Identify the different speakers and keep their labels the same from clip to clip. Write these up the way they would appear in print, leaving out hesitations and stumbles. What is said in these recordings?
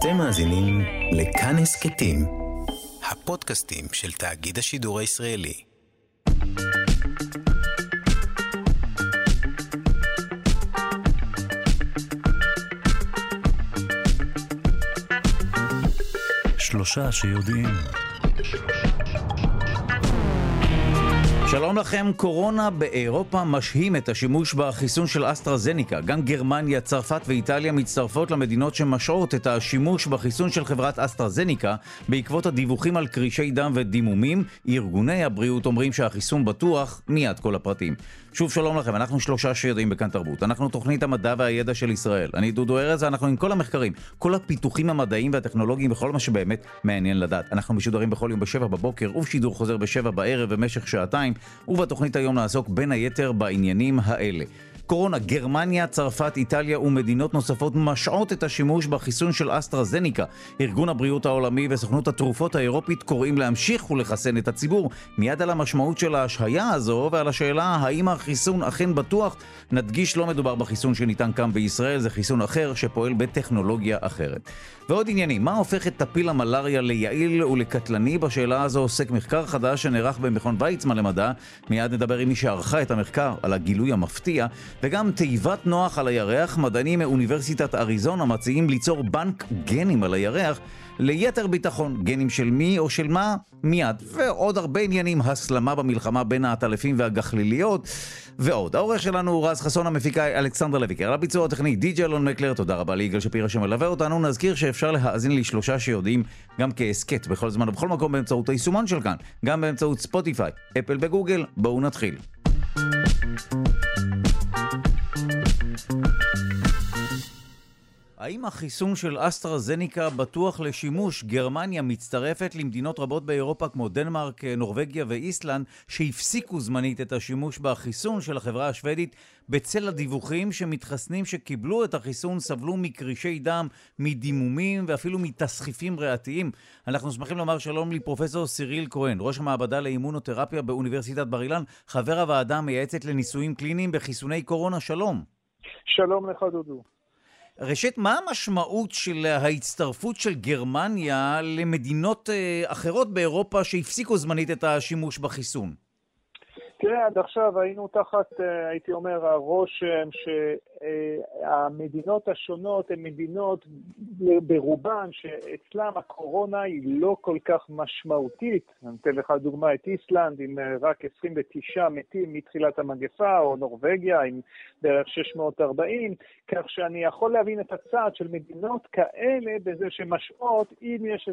Speaker 1: אתם מאזינים לכאן הסכתים, הפודקאסטים של תאגיד השידור הישראלי. שלושה שיודעים. שלום לכם. קורונה באירופה משהים את השימוש בחיסון של אסטרהזניקה. גם גרמניה, צרפת ואיטליה מצטרפות למדינות שמשעות את השימוש בחיסון של חברת אסטרהזניקה בעקבות הדיווחים על קרישי דם ודימומים. ארגוני הבריאות אומרים שהחיסון בטוח. מיד כל הפרטים. שוב שלום לכם, אנחנו שלושה שיודעים בכאן תרבות. אנחנו תוכנית המדע והידע של ישראל. אני דודו ארז, ואנחנו עם כל המחקרים, כל הפיתוחים המדעיים והטכנולוגיים וכל מה שבאמת מעניין לדעת. אנחנו משודרים בכל יום ב7 בבוקר ובשידור חוזר ב7 בערב במשך שעתיים, ובתוכנית היום נעסוק בין היתר בעניינים האלה. קורונה, גרמניה, צרפת, איטליה ומדינות נוספות משעות את השימוש בחיסון של אסטרהזניקה. ארגון הבריאות העולמי וסוכנות התרופות האירופית קוראים להמשיך ולחסן את הציבור. מיד על המשמעות של ההשהיה הזו ועל השאלה האם החיסון אכן בטוח, נדגיש לא מדובר בחיסון שניתן כאן בישראל, זה חיסון אחר שפועל בטכנולוגיה אחרת. ועוד עניינים, מה הופך את טפיל המלריה ליעיל ולקטלני? בשאלה הזו עוסק מחקר חדש שנערך במכון ויצמן למדע. מיד נדבר עם מי שערכה את המחקר על הגילוי המפתיע. וגם תיבת נוח על הירח. מדענים מאוניברסיטת אריזונה מציעים ליצור בנק גנים על הירח ליתר ביטחון. גנים של מי או של מה? מיד. ועוד הרבה עניינים, הסלמה במלחמה בין העטלפים והגחליליות ועוד. העורך שלנו הוא רז חסון, המפיקה אלכסנדר לויקר, על הביצוע הטכני די.ג'י אלון מקלר. תודה רבה ליגאל שפירא שמלווה אותנו. נזכיר שאפשר להאזין לשלושה שיודעים גם כעסקט בכל זמן ובכל מקום באמצעות היישומון של כאן, גם באמצעות ספוטיפיי, אפל וגוגל. בואו נתחיל. האם החיסון של אסטרהזניקה בטוח לשימוש? גרמניה מצטרפת למדינות רבות באירופה כמו דנמרק, נורווגיה ואיסלנד שהפסיקו זמנית את השימוש בחיסון של החברה השוודית בצל הדיווחים שמתחסנים שקיבלו את החיסון סבלו מקרישי דם, מדימומים ואפילו מתסחיפים ריאתיים. אנחנו שמחים לומר שלום לפרופסור סיריל כהן, ראש המעבדה לאימונותרפיה באוניברסיטת בר אילן, חבר הוועדה המייעצת לניסויים קליניים בחיסוני קורונה. שלום.
Speaker 2: שלום לך דודו.
Speaker 1: ראשית, מה המשמעות של ההצטרפות של גרמניה למדינות אחרות באירופה שהפסיקו זמנית את השימוש בחיסון?
Speaker 2: תראה, עד עכשיו היינו תחת, הייתי אומר, הרושם שהמדינות השונות הן מדינות ברובן שאצלם הקורונה היא לא כל כך משמעותית. אני אתן לך דוגמה את איסלנד עם רק 29 מתים מתחילת המגפה, או נורווגיה עם בערך 640, כך שאני יכול להבין את הצעד של מדינות כאלה בזה שמשעות אם יש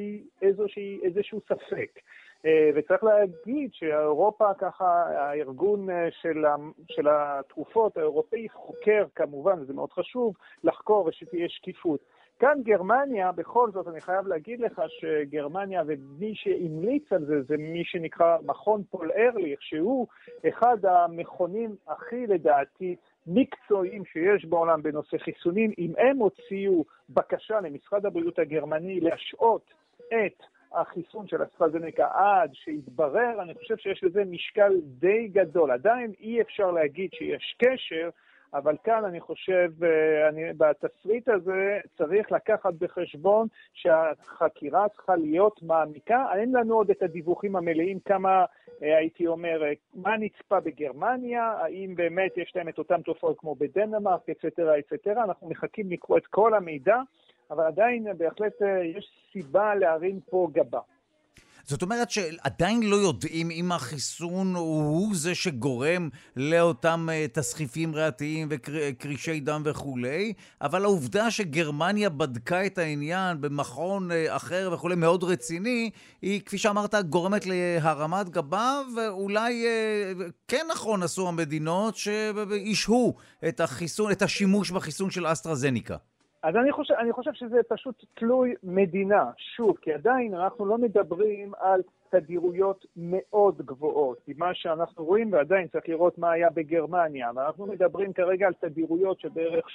Speaker 2: איזשהו ספק. וצריך להגיד שהאירופה ככה, הארגון של התרופות האירופאי חוקר כמובן, וזה מאוד חשוב לחקור ושתהיה שקיפות. כאן גרמניה, בכל זאת אני חייב להגיד לך שגרמניה ומי שהמליץ על זה, זה מי שנקרא מכון פול ארליך, שהוא אחד המכונים הכי לדעתי מקצועיים שיש בעולם בנושא חיסונים. אם הם הוציאו בקשה למשרד הבריאות הגרמני להשעות את החיסון של אסטרהזניקה עד שהתברר, אני חושב שיש לזה משקל די גדול. עדיין אי אפשר להגיד שיש קשר, אבל כאן אני חושב, בתסריט הזה צריך לקחת בחשבון שהחקירה צריכה להיות מעמיקה. אין לנו עוד את הדיווחים המלאים כמה, הייתי אומר, מה נצפה בגרמניה, האם באמת יש להם את אותם תופעות כמו בדנמרק, אצטרה, אצטרה. אנחנו מחכים לקרוא את כל המידע, אבל עדיין בהחלט יש סיבה להרים פה גבה.
Speaker 1: זאת אומרת שעדיין לא יודעים אם החיסון הוא זה שגורם לאותם תסחיפים ריאתיים וקרישי דם וכולי, אבל העובדה שגרמניה בדקה את העניין במכון אחר וכולי מאוד רציני, היא כפי שאמרת גורמת להרמת גבה, ואולי כן נכון עשו המדינות שישהו את החיסון, את השימוש בחיסון של אסטרהזניקה.
Speaker 2: אז אני חושב שזה פשוט תלוי מדינה, שוב, כי עדיין אנחנו לא מדברים על תדירויות מאוד גבוהות, כי מה שאנחנו רואים, ועדיין צריך לראות מה היה בגרמניה, ואנחנו מדברים כרגע על תדירויות של בערך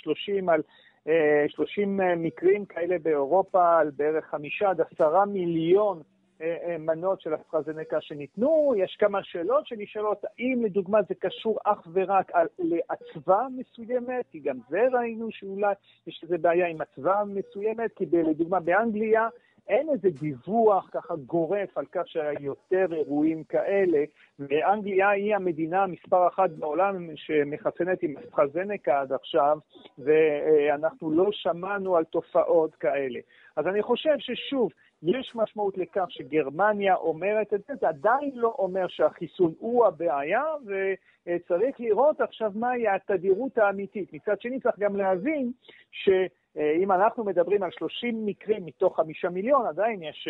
Speaker 2: 30 מקרים כאלה באירופה, על בערך 5 עד 10 מיליון מנות של אסטרהזניקה שניתנו. יש כמה שאלות שנשאלות, האם לדוגמה זה קשור אך ורק לעצבה מסוימת, כי גם זה ראינו שאולי יש איזה בעיה עם עצבה מסוימת, כי לדוגמה באנגליה אין איזה דיווח ככה גורף על כך שיותר אירועים כאלה, ואנגליה היא המדינה מספר אחת בעולם שמחסנת עם אסטרהזניקה עד עכשיו, ואנחנו לא שמענו על תופעות כאלה. אז אני חושב ששוב, יש משמעות לכך שגרמניה אומרת את זה, זה עדיין לא אומר שהחיסון הוא הבעיה, וצריך לראות עכשיו מהי התדירות האמיתית. מצד שני צריך גם להבין שאם אנחנו מדברים על 30 מקרים מתוך 5 מיליון, עדיין יש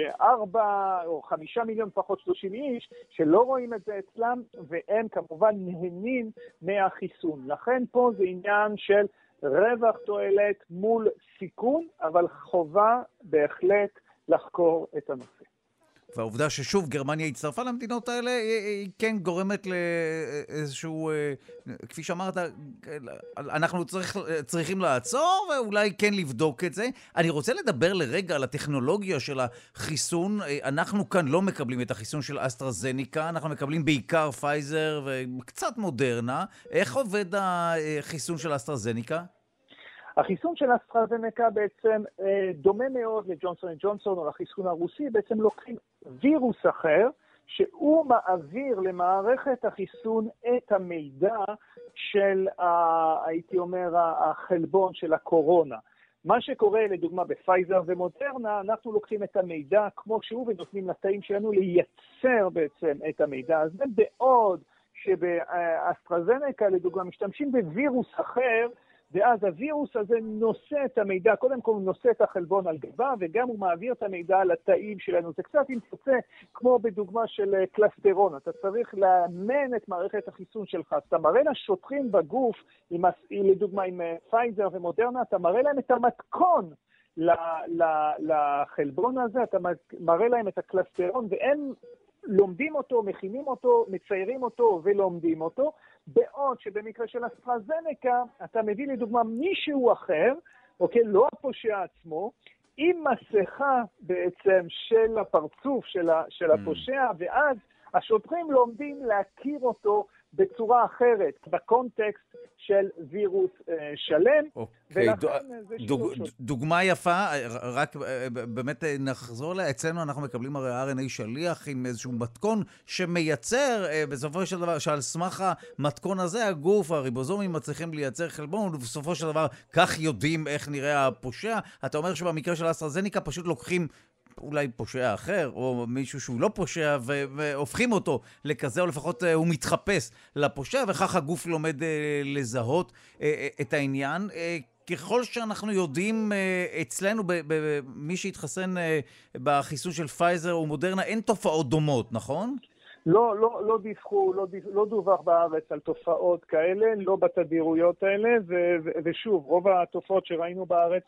Speaker 2: 4 או 5 מיליון פחות 30 איש שלא רואים את זה אצלם, והם כמובן נהנים מהחיסון. לכן פה זה עניין של רווח תועלת מול סיכון, אבל חובה בהחלט לחקור את הנושא.
Speaker 1: והעובדה ששוב גרמניה הצטרפה למדינות האלה, היא כן גורמת לאיזשהו, כפי שאמרת, אנחנו צריכים לעצור ואולי כן לבדוק את זה. אני רוצה לדבר לרגע על הטכנולוגיה של החיסון. אנחנו כאן לא מקבלים את החיסון של אסטרהזניקה, אנחנו מקבלים בעיקר פייזר וקצת מודרנה. איך עובד החיסון של אסטרהזניקה?
Speaker 2: החיסון של אסטרהזניקה בעצם דומה מאוד לג'ונסון & ג'ונסון או לחיסון הרוסי, בעצם לוקחים וירוס אחר, שהוא מעביר למערכת החיסון את המידע של, הייתי אומר, החלבון של הקורונה. מה שקורה לדוגמה בפייזר ומודרנה, אנחנו לוקחים את המידע כמו שהוא ונותנים לתאים שלנו לייצר בעצם את המידע הזה, בעוד שבאסטרהזניקה לדוגמה משתמשים בווירוס אחר, ואז הווירוס הזה נושא את המידע, קודם כל הוא נושא את החלבון על גבה, וגם הוא מעביר את המידע לתאים שלנו. זה קצת אם תוצא, כמו בדוגמה של קלסטרון, אתה צריך לאמן את מערכת החיסון שלך, אתה מראה לשוטרים בגוף, לדוגמה עם פייזר ומודרנה, אתה מראה להם את המתכון לחלבון הזה, אתה מראה להם את הקלסטרון, והם לומדים אותו, מכינים אותו, מציירים אותו ולומדים אותו, בעוד שבמקרה של אסטרהזניקה אתה מביא לדוגמה מישהו אחר, אוקיי, לא הפושע עצמו, עם מסכה בעצם של הפרצוף של הפושע, ואז השוטרים לומדים להכיר אותו בצורה אחרת, בקונטקסט של וירוס שלם.
Speaker 1: דוגמה יפה, רק באמת נחזור לה, אצלנו אנחנו מקבלים הרי RNA שליח עם איזשהו מתכון שמייצר בסופו של דבר, שעל סמך המתכון הזה הגוף, הריבוזומים מצליחים לייצר חלבון, ובסופו של דבר כך יודעים איך נראה הפושע. אתה אומר שבמקרה של אסטרהזניקה פשוט לוקחים אולי פושע אחר, או מישהו שהוא לא פושע, והופכים אותו לכזה, או לפחות הוא מתחפש לפושע, וכך הגוף לומד לזהות את העניין. ככל שאנחנו יודעים אצלנו, מי שהתחסן בחיסון של פייזר ומודרנה, אין תופעות דומות, נכון?
Speaker 2: לא דיווחו, לא דווח בארץ על תופעות כאלה, לא בתדירויות האלה, ושוב, רוב התופעות שראינו בארץ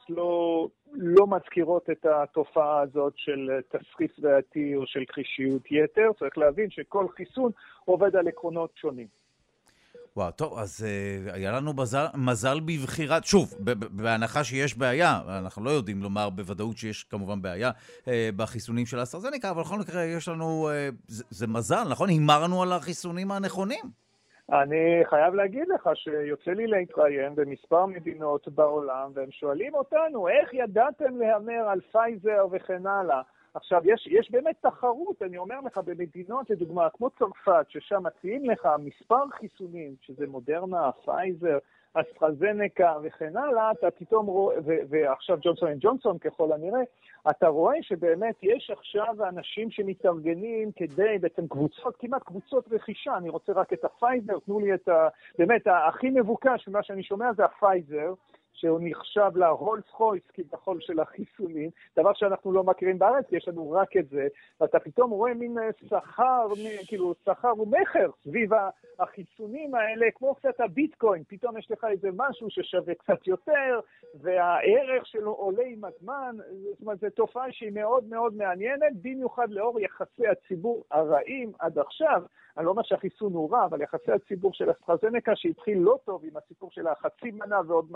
Speaker 2: לא מזכירות את התופעה הזאת של תסריט ריאתי או של קרישיות יתר. צריך להבין שכל חיסון עובד על עקרונות שונים.
Speaker 1: וואו, טוב, אז היה לנו מזל בבחירת, שוב, בהנחה שיש בעיה, אנחנו לא יודעים לומר בוודאות שיש כמובן בעיה בחיסונים של אסטרהזניקה, אבל בכל מקרה יש לנו, זה מזל, נכון? הימרנו על החיסונים הנכונים.
Speaker 2: אני חייב להגיד לך שיוצא לי להתראיין במספר מדינות בעולם, והם שואלים אותנו, איך ידעתם להמר על פייזר וכן הלאה? עכשיו, יש באמת תחרות, אני אומר לך, במדינות, לדוגמה, כמו צרפת, ששם מציעים לך מספר חיסונים, שזה מודרנה, פייזר, אסטרהזניקה וכן הלאה, אתה פתאום רואה, ועכשיו ג'ונסון & ג'ונסון ככל הנראה, אתה רואה שבאמת יש עכשיו אנשים שמתארגנים כדי, בעצם קבוצות, כמעט קבוצות רכישה, אני רוצה רק את הפייזר, תנו לי את באמת, הכי מבוקש ממה שאני שומע זה הפייזר, שהוא נחשב לרולס רויס כביכול של החיסונים, דבר שאנחנו לא מכירים בארץ, יש לנו רק את זה, ואתה פתאום רואה מין שכר, כאילו שכר ומחר סביב החיסונים האלה, כמו קצת הביטקוין, פתאום יש לך איזה משהו ששווה קצת יותר, והערך שלו עולה עם הזמן, זאת אומרת, זו תופעה שהיא מאוד מאוד מעניינת, במיוחד לאור יחסי הציבור הרעים עד עכשיו, אני לא אומר שהחיסון הוא רע, אבל יחסי הציבור של אסטרהזניקה שהתחיל לא טוב עם הסיפור של החצי מנה ועוד מנה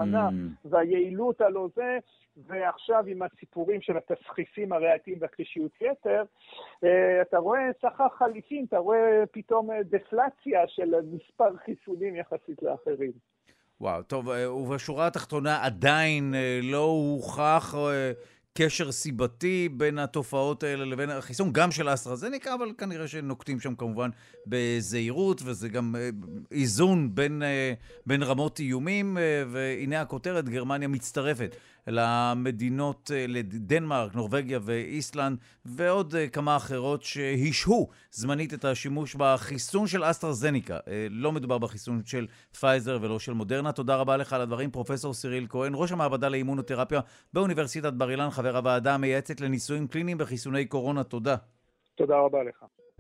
Speaker 2: והיעילות הלא זה, ועכשיו עם הסיפורים של התסחיפים הריאתיים והקרישיות יתר, אתה רואה סחר חליפין, אתה רואה פתאום דפלציה של מספר חיסונים יחסית לאחרים.
Speaker 1: וואו, טוב, ובשורה התחתונה עדיין לא הוכח קשר סיבתי בין התופעות האלה לבין החיסון, גם של אסטרהזניקה, אבל כנראה שנוקטים שם כמובן בזהירות, וזה גם איזון בין רמות איומים, והנה הכותרת, גרמניה מצטרפת למדינות, לדנמרק, נורווגיה ואיסלנד, ועוד כמה אחרות שהשהו זמנית את השימוש בחיסון של אסטרהזניקה. לא מדובר בחיסון של פייזר ולא של מודרנה. תודה רבה לך על הדברים, פרופסור סיריל כהן, ראש המעבדה לאימונותרפיה באוניברסיטת בר אילן, חבר הוועדה המייעצת לניסויים קליניים וחיסוני קורונה. תודה.
Speaker 2: תודה רבה לך.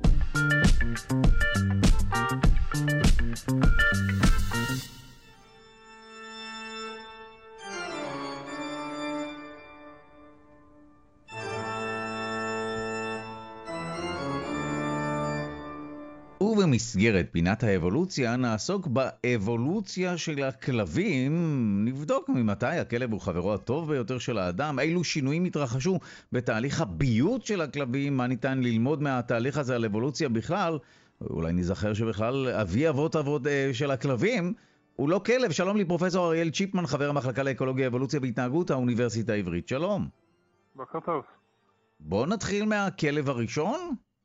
Speaker 1: ובמסגרת פינת האבולוציה נעסוק באבולוציה של הכלבים. נבדוק ממתי הכלב הוא חברו הטוב ביותר של האדם, אילו שינויים התרחשו בתהליך הביות של הכלבים, מה ניתן ללמוד מהתהליך הזה על אבולוציה בכלל. אולי נזכר שבכלל אבי אבות של הכלבים הוא לא כלב. שלום לי פרופסור אריאל צ'יפמן, חבר המחלקה לאקולוגיה, אבולוציה והתנהגות, האוניברסיטה העברית. שלום.
Speaker 3: בוקר טוב.
Speaker 1: בוא נתחיל מהכלב הראשון.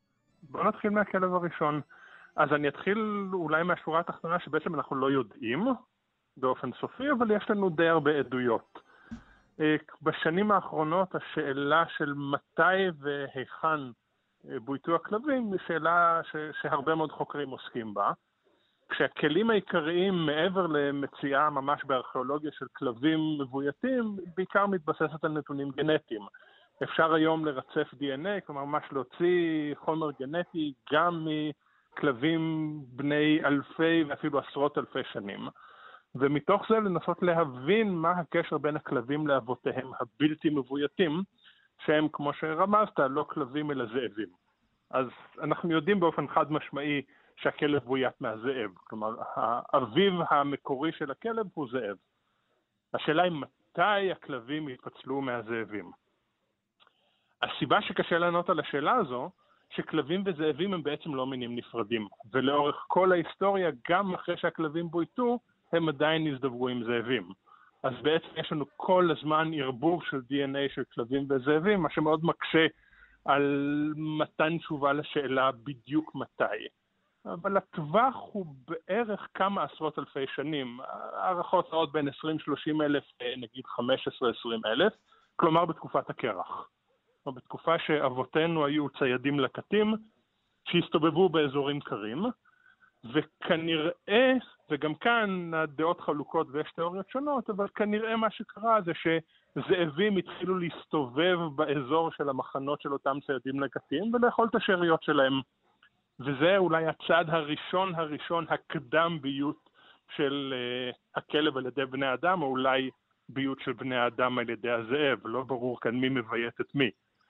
Speaker 3: אז אני אתחיל אולי מהשורה התחתונה שבעצם אנחנו לא יודעים באופן סופי, אבל יש לנו די הרבה עדויות. בשנים האחרונות השאלה של מתי והיכן בויתו הכלבים היא שאלה שהרבה מאוד חוקרים עוסקים בה. כשהכלים העיקריים מעבר למציאה ממש בארכיאולוגיה של כלבים מבויתים, בעיקר מתבססת על נתונים גנטיים. אפשר היום לרצף DNA, כלומר ממש להוציא חומר גנטי גם מכלבים בני אלפי ואפילו עשרות אלפי שנים. ומתוך זה לנסות להבין מה הקשר בין הכלבים לאבותיהם הבלתי מבויתים, שהם כמו שרמזת לא כלבים אלא זאבים. אז אנחנו יודעים באופן חד משמעי שהכלב בוית מהזאב, כלומר האביו המקורי של הכלב הוא זאב. השאלה היא מתי הכלבים התפצלו מהזאבים. הסיבה שקשה לענות על השאלה הזו, שכלבים וזאבים הם בעצם לא מינים נפרדים, ולאורך כל ההיסטוריה, גם אחרי שהכלבים בויתו, הם עדיין נזדווגו עם זאבים. אז בעצם יש לנו כל הזמן ערבוב של DNA של כלבים וזאבים, מה שמאוד מקשה על מתן תשובה לשאלה בדיוק מתי. אבל הטווח הוא בערך כמה עשרות אלפי שנים, הערכות עוד בין 20-30 אלף, נגיד 15-20 אלף, כלומר בתקופת הקרח. או בתקופה שאבותינו היו ציידים לקטים, שהסתובבו באזורים קרים, וכנראה, וגם כאן הדעות חלוקות ויש תיאוריות שונות, אבל כנראה מה שקרה זה שזאבים התחילו להסתובב באזור של המחנות של אותם ציידים לקטים, ולאכול את השאריות שלהם. וזה אולי הצעד הראשון הקדם ביות של הכלב על ידי בני אדם, או אולי ביות של בני אדם על ידי הזאב. לא ברור כאן מי מביית את מי.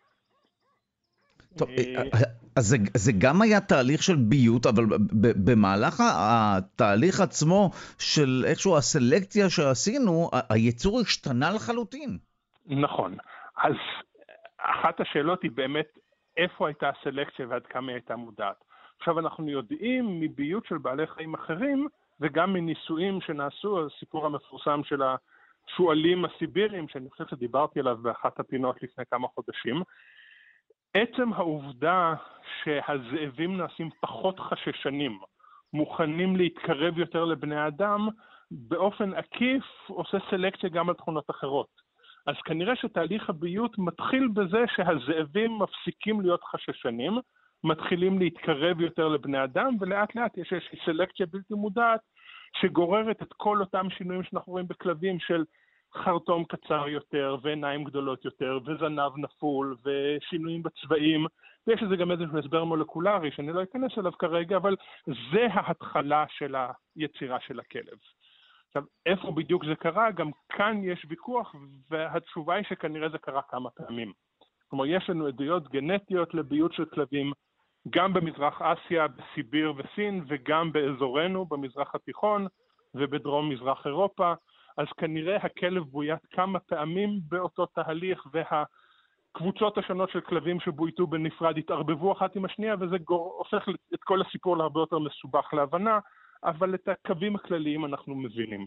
Speaker 1: טוב, אז זה גם היה תהליך של ביות, אבל במהלך התהליך עצמו של איכשהו הסלקציה שעשינו, היצור השתנה לחלוטין.
Speaker 3: נכון. אז אחת השאלות היא באמת איפה הייתה הסלקציה ועד כמה היא הייתה מודעת. עכשיו אנחנו יודעים מביות של בעלי חיים אחרים, וגם מניסויים שנעשו, הסיפור המפורסם של השואלים הסיבירים, שאני חושב שדיברתי עליו באחת הפינות לפני כמה חודשים, עצם העובדה שהזאבים נעשים פחות חששנים, מוכנים להתקרב יותר לבני אדם, באופן עקיף עושה סלקציה גם על תכונות אחרות. אז כנראה שתהליך הביות מתחיל בזה שהזאבים מפסיקים להיות חששנים, מתחילים להתקרב יותר לבני אדם, ולאט לאט יש איזושהי סלקציה בלתי מודעת, שגוררת את כל אותם שינויים שאנחנו רואים בכלבים של חרטום קצר יותר, ועיניים גדולות יותר, וזנב נפול, ושינויים בצבעים, ויש לזה גם איזשהו הסבר מולקולרי, שאני לא אכנס אליו כרגע, אבל זה ההתחלה של היצירה של הכלב. עכשיו, איפה בדיוק זה קרה? גם כאן יש ויכוח, והתשובה היא שכנראה זה קרה כמה פעמים. כלומר, יש לנו עדויות גנטיות לביות של כלבים, גם במזרח אסיה, בסיביר וסין, וגם באזורנו, במזרח התיכון, ובדרום מזרח אירופה. אז כנראה הכלב בוית כמה פעמים באותו תהליך, והקבוצות השונות של כלבים שבויתו בנפרד התערבבו אחת עם השנייה, וזה הופך את כל הסיפור להרבה יותר מסובך להבנה, אבל את הקווים הכלליים אנחנו מבינים.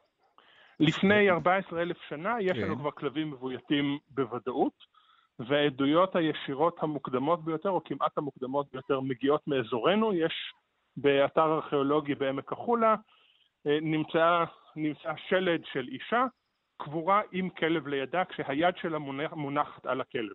Speaker 3: לפני 14,000 שנה יש לנו כבר כלבים מבויתים בוודאות, והעדויות הישירות המוקדמות ביותר, או כמעט המוקדמות ביותר, מגיעות מאזורנו. יש באתר ארכיאולוגי בעמק החולה, נמצא שלד של אישה, קבורה עם כלב לידה, כשהיד שלה מונחת על הכלב.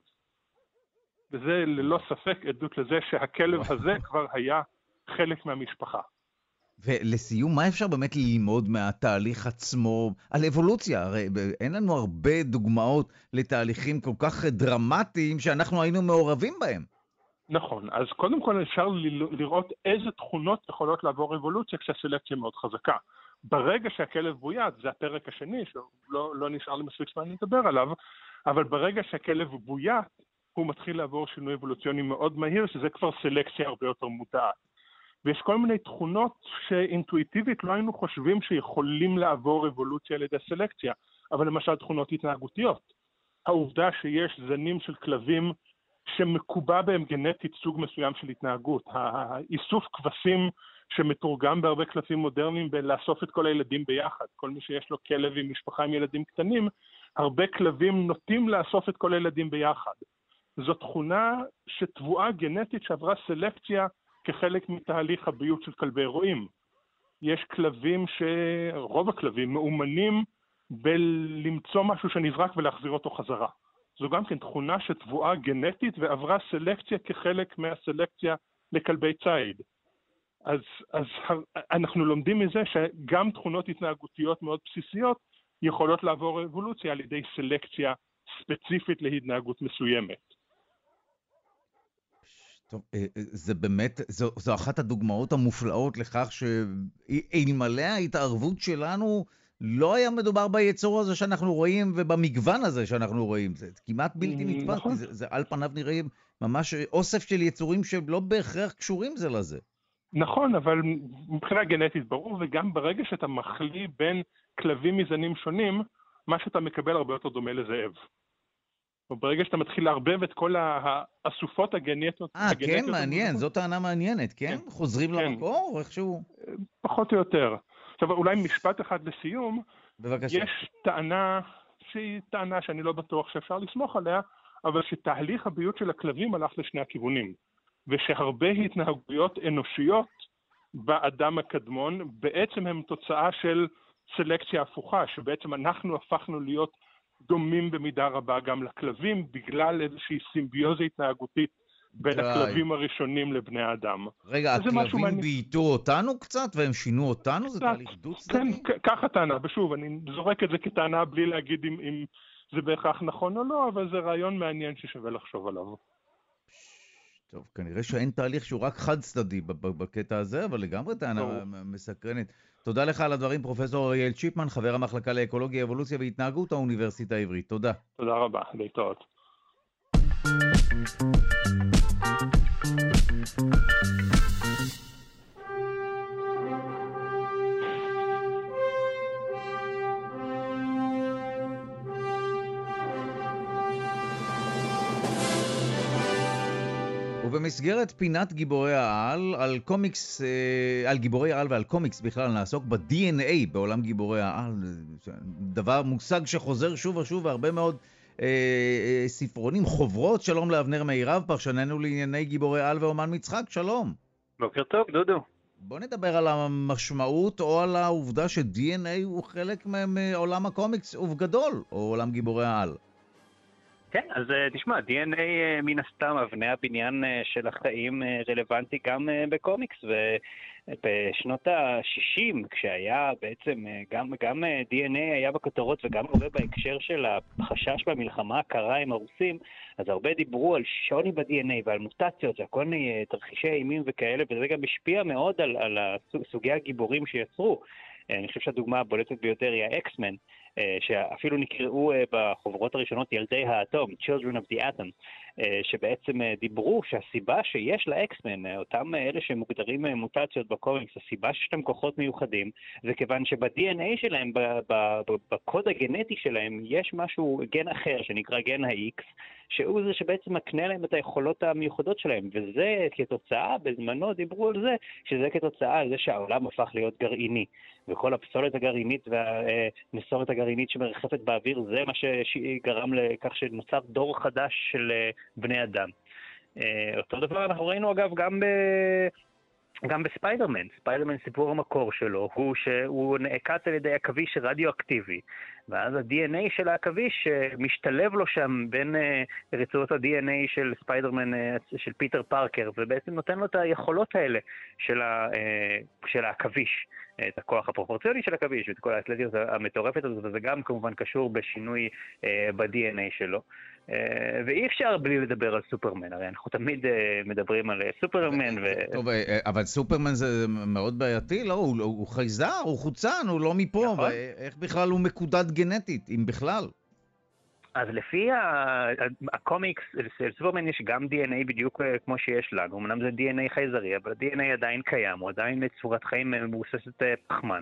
Speaker 3: וזה ללא ספק עדות לזה שהכלב הזה כבר היה חלק מהמשפחה.
Speaker 1: ולסיום, מה אפשר באמת ללמוד מהתהליך עצמו על אבולוציה? הרי אין לנו הרבה דוגמאות לתהליכים כל כך דרמטיים שאנחנו היינו מעורבים בהם.
Speaker 3: נכון, אז קודם כל אפשר לראות איזה תכונות יכולות לעבור אבולוציה כשהסלקציה מאוד חזקה. ברגע שהכלב בוית, זה הפרק השני, שלא נשאר לי מספיק זמן לדבר עליו, אבל ברגע שהכלב בוית, הוא מתחיל לעבור שינוי אבולוציוני מאוד מהיר, שזה כבר סלקציה הרבה יותר מודעת. ויש כל מיני תכונות שאינטואיטיבית לא היינו חושבים שיכולים לעבור אבולוציה על ידי סלקציה, אבל למשל תכונות התנהגותיות. העובדה שיש זנים של כלבים שמקובע בהם גנטית סוג מסוים של התנהגות. האיסוף כבשים שמתורגם בהרבה כלבים מודרניים בלאסוף את כל הילדים ביחד. כל מי שיש לו כלב עם משפחה עם ילדים קטנים, הרבה כלבים נוטים לאסוף את כל הילדים ביחד. זו תכונה שטבועה גנטית שעברה סלקציה כחלק מתהליך הביות של כלבי רועים. יש כלבים רוב הכלבים מאומנים בלמצוא משהו שנזרק ולהחזיר אותו חזרה. זו גם כן תכונה שטבועה גנטית ועברה סלקציה כחלק מהסלקציה לכלבי ציד. אז אנחנו לומדים מזה שגם תכונות התנהגותיות מאוד בסיסיות יכולות לעבור אבולוציה על ידי סלקציה ספציפית להתנהגות מסוימת.
Speaker 1: טוב, זה באמת, זו אחת הדוגמאות המופלאות לכך שאלמלא ההתערבות שלנו לא היה מדובר ביצור הזה שאנחנו רואים ובמגוון הזה שאנחנו רואים. זה כמעט בלתי נתפס, נכון. זה על פניו נראה ממש אוסף של יצורים שלא בהכרח קשורים זה לזה.
Speaker 3: נכון, אבל מבחינה גנטית ברור, וגם ברגע שאתה מחליא בין כלבים מזנים שונים, מה שאתה מקבל הרבה יותר דומה לזאב. וברגע שאתה מתחיל לערבב את כל האסופות הגנטיות...
Speaker 1: כן, מעניין, זאת טענה מעניינת, כן? חוזרים למקור או איכשהו?
Speaker 3: פחות או יותר. עכשיו, אולי משפט אחד לסיום.
Speaker 1: בבקשה.
Speaker 3: יש טענה שהיא טענה שאני לא בטוח שאפשר לסמוך עליה, אבל שתהליך הביות של הכלבים הלך לשני הכיוונים. ושהרבה התנהגויות אנושיות באדם הקדמון בעצם הם תוצאה של סלקציה הפוכה, שבעצם אנחנו הפכנו להיות דומים במידה רבה גם לכלבים, בגלל איזושהי סימביוזה התנהגותית בין הכלבים הראשונים לבני האדם.
Speaker 1: רגע, הכלבים בייתו אותנו קצת והם שינו אותנו? זה תהליך דו-צדדי?
Speaker 3: כן, ככה טענה, ושוב, אני זורק את זה כטענה בלי להגיד אם זה בהכרח נכון או לא, אבל זה רעיון מעניין ששווה לחשוב עליו.
Speaker 1: טוב, כנראה שאין תהליך שהוא רק חד צדדי בקטע הזה, אבל לגמרי טענה מסקרנת. תודה לך על הדברים, פרופסור אריאל צ'יפמן, חבר המחלקה לאקולוגיה, אבולוציה והתנהגות האוניברסיטה העברית. תודה.
Speaker 3: תודה רבה, להתראות.
Speaker 1: ובמסגרת פינת גיבורי העל, על גיבורי העל ועל קומיקס בכלל נעסוק ב-DNA בעולם גיבורי העל, מושג שחוזר שוב ושוב והרבה מאוד ספרונים, חוברות. שלום לאבנר מאירב, פרשננו לענייני גיבורי העל ואומן מצחק, שלום.
Speaker 4: בוקר טוב, דודו.
Speaker 1: בוא נדבר על המשמעות או על העובדה ש-DNA הוא חלק מעולם הקומיקס ובגדול, או עולם גיבורי העל.
Speaker 4: כן, אז תשמע, DNA מן הסתם אבני הבניין של החיים רלוונטי גם בקומיקס, ובשנות ה-60 כשהיה בעצם גם DNA היה בכותרות וגם הרבה בהקשר של החשש במלחמה הקרה עם הרוסים, אז הרבה דיברו על שוני ב-DNA ועל מוטציות וכל מיני תרחישי אימים וכאלה, וזה גם השפיע מאוד על סוגי הגיבורים שיצרו. אני חושב שהדוגמה הבולטת ביותר היא האקסמן, שאפילו נקראו בחוברות הראשונות ילדי האטום, Children of the Atom, שבעצם דיברו שהסיבה שיש לאקסמן, אותם אלה שמוגדרים מוטציות בקומיקס, הסיבה שיש להם כוחות מיוחדים, זה כיוון שב-DNA שלהם, בקוד הגנטי שלהם, יש משהו, גן אחר שנקרא גן ה-X, שהוא זה שבעצם מקנה להם את היכולות המיוחדות שלהם, וזה כתוצאה, בזמנו דיברו על זה, שזה כתוצאה על זה שהעולם הפך להיות גרעיני, וכל הפסולת הגרעינית והנסורת הגרעינית שמרחפת באוויר, זה מה שגרם לכך שנוצר דור חדש של בני אדם. אותו דבר אנחנו ראינו אגב גם בספיידרמן. ספיידרמן, סיפור המקור שלו הוא שהוא נעקץ על ידי עכביש רדיואקטיבי, ואז ה-DNA של העכביש משתלב לו שם בין רצועות ה-DNA של ספיידרמן, של פיטר פארקר, ובעצם נותן לו את היכולות האלה של העכביש, את הכוח הפרופורציוני של העכביש ואת כל האתלטיות המטורפת הזאת, וזה גם כמובן קשור בשינוי ב-DNA שלו. ואי אפשר בלי לדבר על סופרמן, הרי אנחנו תמיד מדברים על סופרמן
Speaker 1: טוב, אבל סופרמן זה מאוד בעייתי, לא? הוא חייזר, הוא חוצן, הוא לא מפה, ואיך בכלל הוא מקודד גנטית, אם בכלל?
Speaker 4: אז לפי הקומיקס, לסופרמן יש גם DNA בדיוק כמו שיש לנו, אמנם זה DNA חייזרי, אבל ה-DNA עדיין קיים, הוא עדיין בצורת חיים מבוססת פחמן.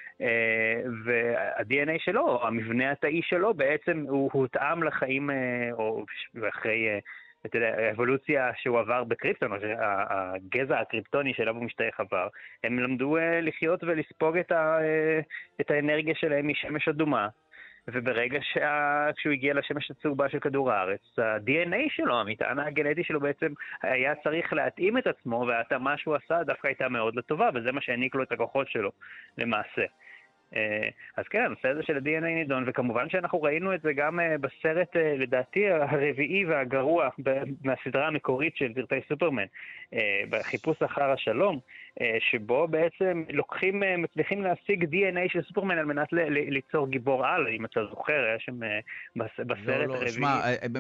Speaker 4: וה-DNA שלו, המבנה התאי שלו, בעצם הוא הותאם לחיים, או אחרי האבולוציה שהוא עבר בקריפטון, או הגזע הקריפטוני שאליו הוא משתייך עבר, הם למדו לחיות ולספוג את האנרגיה שלהם משמש אדומה, וברגע כשהוא הגיע לשמש הצהובה של כדור הארץ, ה-DNA שלו, המטען הגנטי שלו בעצם היה צריך להתאים את עצמו, וההתאמה שהוא עשה דווקא הייתה מאוד לטובה, וזה מה שהעניק לו את הכוחות שלו למעשה. אז כן, הנושא הזה של ה-DNA נידון, וכמובן שאנחנו ראינו את זה גם בסרט, לדעתי, הרביעי והגרוע מהסדרה המקורית של סרטי סופרמן, בחיפוש אחר השלום, שבו בעצם מצליחים להשיג DNA של סופרמן על מנת ליצור גיבור על, אם אתה זוכר, היה שם בסרט הרביעי.
Speaker 1: שמע,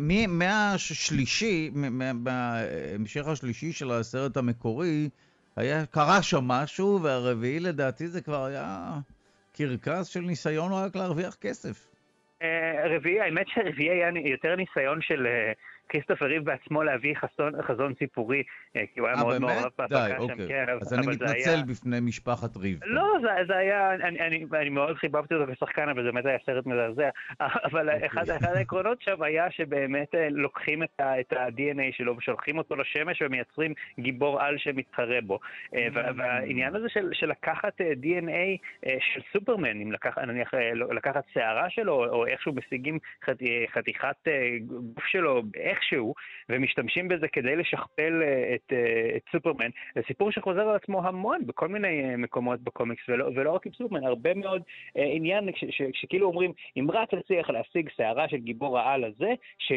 Speaker 1: מהשלישי, מהמשך השלישי של הסרט המקורי, קרה שם משהו, והרביעי לדעתי זה כבר היה קרקס של ניסיון רק להרוויח כסף.
Speaker 4: רביעי, האמת שהרביעי היה יותר ניסיון של כריסטופר ריב בעצמו להביא חזון סיפורי, כי הוא היה מאוד מעורב בהפקה שם. כן,
Speaker 1: אז אני מתנצל בפני משפחת ריב.
Speaker 4: לא, זה היה, אני מאוד חיבבתי אותו כשחקן, אבל זה באמת היה סרט מזעזע. אבל אחד העקרונות שם היה שבאמת לוקחים את ה-DNA שלו ושולחים אותו לשמש ומייצרים גיבור על שמתחרה בו. והעניין הזה של לקחת DNA של סופרמן, אם לקחת שערה שלו, או איכשהו משיגים חתיכת גוף שלו, איכשהו, ומשתמשים בזה כדי לשכפל את סופרמן. זה סיפור שחוזר על עצמו המון בכל מיני מקומות בקומיקס, ולא רק עם סופרמן, הרבה מאוד עניין שכאילו אומרים, אם רק נצליח להשיג שערה של גיבור העל הזה,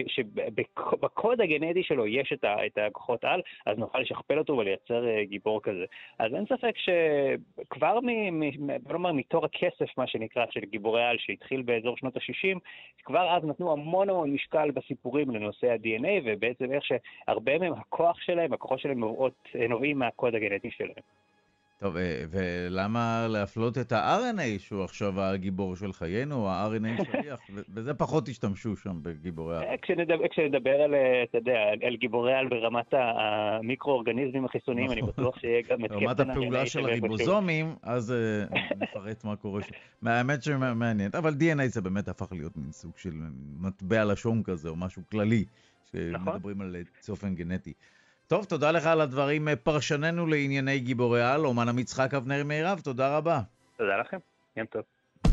Speaker 4: שבקוד הגנטי שלו יש את הכוחות על, אז נוכל לשכפל אותו ולייצר גיבור כזה. אז אין ספק שכבר מתור הכסף, מה שנקרא, של גיבורי על, שהתחיל באזור שנות ה-60, כבר אז נתנו המון משקל בסיפורים לנושא ה-DNA, ובעצם איך שהרבה מהם, הכוחות שלהם נובעים מהקוד הגנטי שלהם.
Speaker 1: טוב, ולמה להפלות את ה-RNA, שהוא עכשיו הגיבור של חיינו, ה-RNA שליח, וזה פחות השתמשו שם בגיבורי על.
Speaker 4: כשנדבר על גיבורי על ברמת המיקרואורגניזמים החיסוניים, אני בטוח שיהיה גם את
Speaker 1: ברמת הפעולה של הריבוזומים, אז נפרט מה קורה שם. מהאמת שמעניינת, אבל DNA זה באמת הפך להיות מין סוג של מטבע לשון כזה, או משהו כללי, שמדברים על צופן גנטי. טוב, תודה לך על הדברים. פרשננו לענייני גיבורי על, אומן המצחק אבנר מירב, תודה רבה.
Speaker 4: תודה לכם, יום טוב.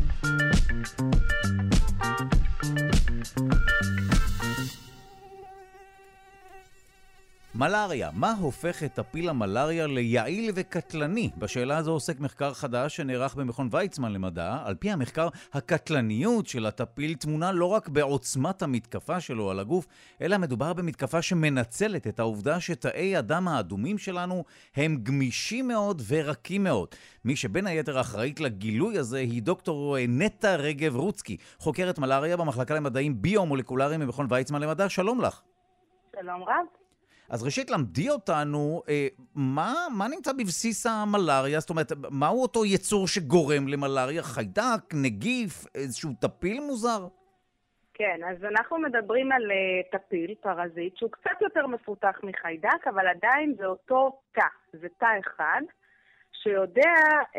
Speaker 1: מלאריה, מה הופך את טפיל המלאריה ליעיל וקטלני? בשאלה הזו עוסק מחקר חדש שנערך במכון ויצמן למדע. על פי המחקר, הקטלניות של הטפיל תמונה לא רק בעוצמת המתקפה שלו על הגוף, אלא מדובר במתקפה שמנצלת את העובדה שתאי הדם האדומים שלנו הם גמישים מאוד ורקים מאוד. מי שבין היתר אחראית לגילוי הזה היא דוקטור נטע רגב רוצקי, חוקרת מלאריה במחלקה למדעים ביו-מולקולריים במכון ויצמן למדע. שלום לך.
Speaker 5: שלום רב.
Speaker 1: אז ראשית, למדי אותנו, מה נמצא בבסיס המלאריה? זאת אומרת, מהו אותו יצור שגורם למלאריה? חיידק, נגיף, איזשהו טפיל מוזר?
Speaker 5: כן, אז אנחנו מדברים על טפיל, פרזיט, שהוא קצת יותר מפותח מחיידק, אבל עדיין זה אותו תא, זה תא אחד, שיודע,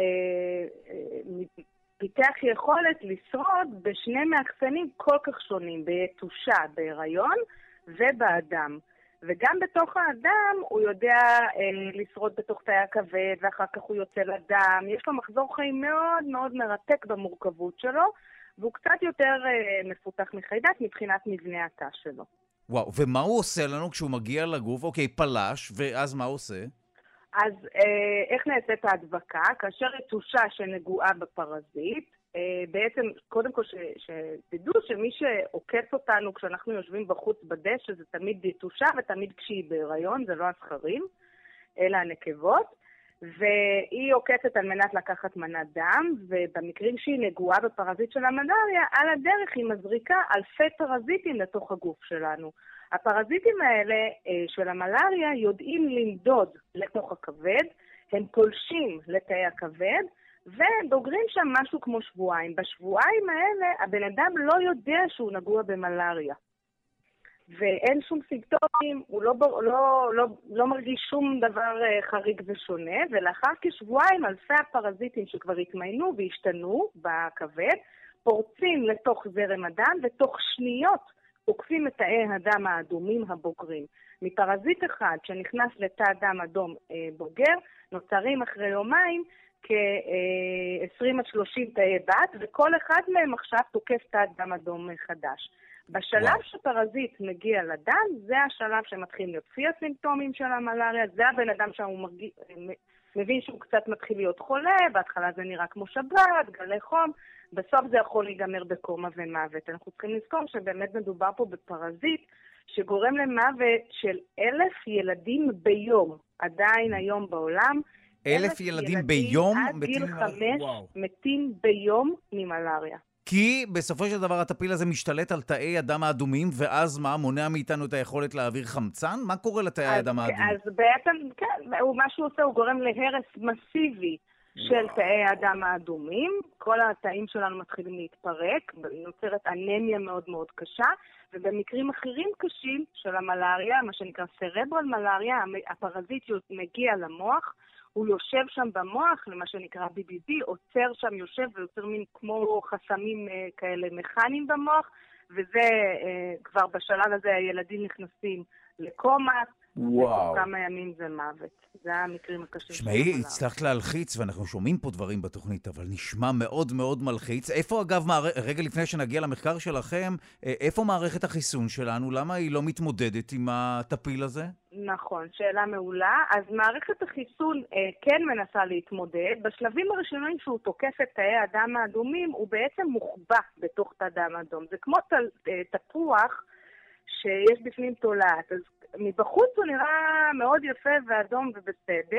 Speaker 5: פיתח יכולת לשרוד בשני מאחסנים כל כך שונים, ביתושה, בהיריון ובאדם. וגם בתוך האדם הוא יודע לשרוד בתוך תאי הכבד, ואחר כך הוא יוצא לדם. יש לו מחזור חיים מאוד מאוד מרתק במורכבות שלו, והוא קצת יותר מפותח מחיידק מבחינת מבנה התא שלו.
Speaker 1: וואו, ומה הוא עושה לנו כשהוא מגיע לגוף? אוקיי, פלש, ואז מה הוא עושה?
Speaker 5: אז איך נעשית ההדבקה? כאשר יתושה שנגועה בפרזיט, בעצם, קודם כל שתדעו שמי שעוקץ אותנו כשאנחנו יושבים בחוץ בדשא, זה תמיד יתושה ותמיד כשהיא בהיריון, זה לא הזכרים, אלא הנקבות, והיא עוקצת על מנת לקחת מנת דם, ובמקרים שהיא נגועה בפרזיט של המלאריה, על הדרך היא מזריקה אלפי פרזיטים לתוך הגוף שלנו. הפרזיטים האלה של המלאריה יודעים לנדוד לתוך הכבד, הם פולשים לתאי הכבד, ודוגרים שם משהו כמו שבועיים. בשבועיים האלה הבן אדם לא יודע שהוא נגוע במלאריה. ואין שום סימפטומים, הוא לא מרגיש שום דבר חריג ושונה, ולאחר כשבועיים אלפי הפרזיטים שכבר התמיינו והשתנו בכבד, פורצים לתוך זרם הדם, ותוך שניות עוקפים את תאי הדם האדומים הבוגרים. מפרזיט אחד שנכנס לתא דם אדום בוגר, נוצרים אחרי יומיים כ-20 עד 30 תאי בת, וכל אחד מהם עכשיו תוקף תא דם אדום חדש. בשלב שפרזיט מגיע לדם, זה השלב שמתחיל להופיע סימפטומים של המלאריה, זה הבן אדם שהוא מבין שהוא קצת מתחיל להיות חולה, בהתחלה זה נראה כמו שבת, גלי חום, בסוף זה יכול להיגמר בקומה ומוות. אנחנו צריכים לזכור שבאמת מדובר פה בפרזיט שגורם למוות של 1,000 ילדים ביום, עדיין היום בעולם.
Speaker 1: 1,000 ילדים ביום?
Speaker 5: עד גיל 5 מתים ביום ממלאריה.
Speaker 1: כי בסופו של דבר הטפיל הזה משתלט על תאי הדם האדומים, ואז מה? מונע מאיתנו את היכולת להעביר חמצן? מה קורה לתאי הדם האדומים?
Speaker 5: אז בעצם, כן, מה שהוא עושה, הוא גורם להרס מסיבי של תאי הדם האדומים. כל התאים שלנו מתחילים להתפרק, נוצרת אנמיה מאוד מאוד קשה, ובמקרים אחרים קשים של המלאריה, מה שנקרא סרברל מלאריה, הפרזיט מגיע למוח, הוא יושב שם במוח, למה שנקרא BBB, עוצר שם, יושב ויוצר מין כמו חסמים כאלה מכניים במוח, וזה כבר בשלב הזה הילדים נכנסים לקומה, וואו. כמה ימים זה מוות. זה המקרים הקשים.
Speaker 1: שמעי, הצלחת להלחיץ, ואנחנו שומעים פה דברים בתוכנית, אבל נשמע מאוד מאוד מלחיץ. איפה אגב, רגע לפני שנגיע למחקר שלכם, איפה מערכת החיסון שלנו? למה היא לא מתמודדת עם הטפיל הזה?
Speaker 5: נכון, שאלה מעולה. אז מערכת החיסון כן מנסה להתמודד. בשלבים הראשונים שהוא תוקף את תאי הדם האדומים, הוא בעצם מוחבא בתוך תא דם אדום. זה כמו תפוח שיש בפנים תולעת. אז מבחוץ הוא נראה מאוד יפה ואדום ובסדר,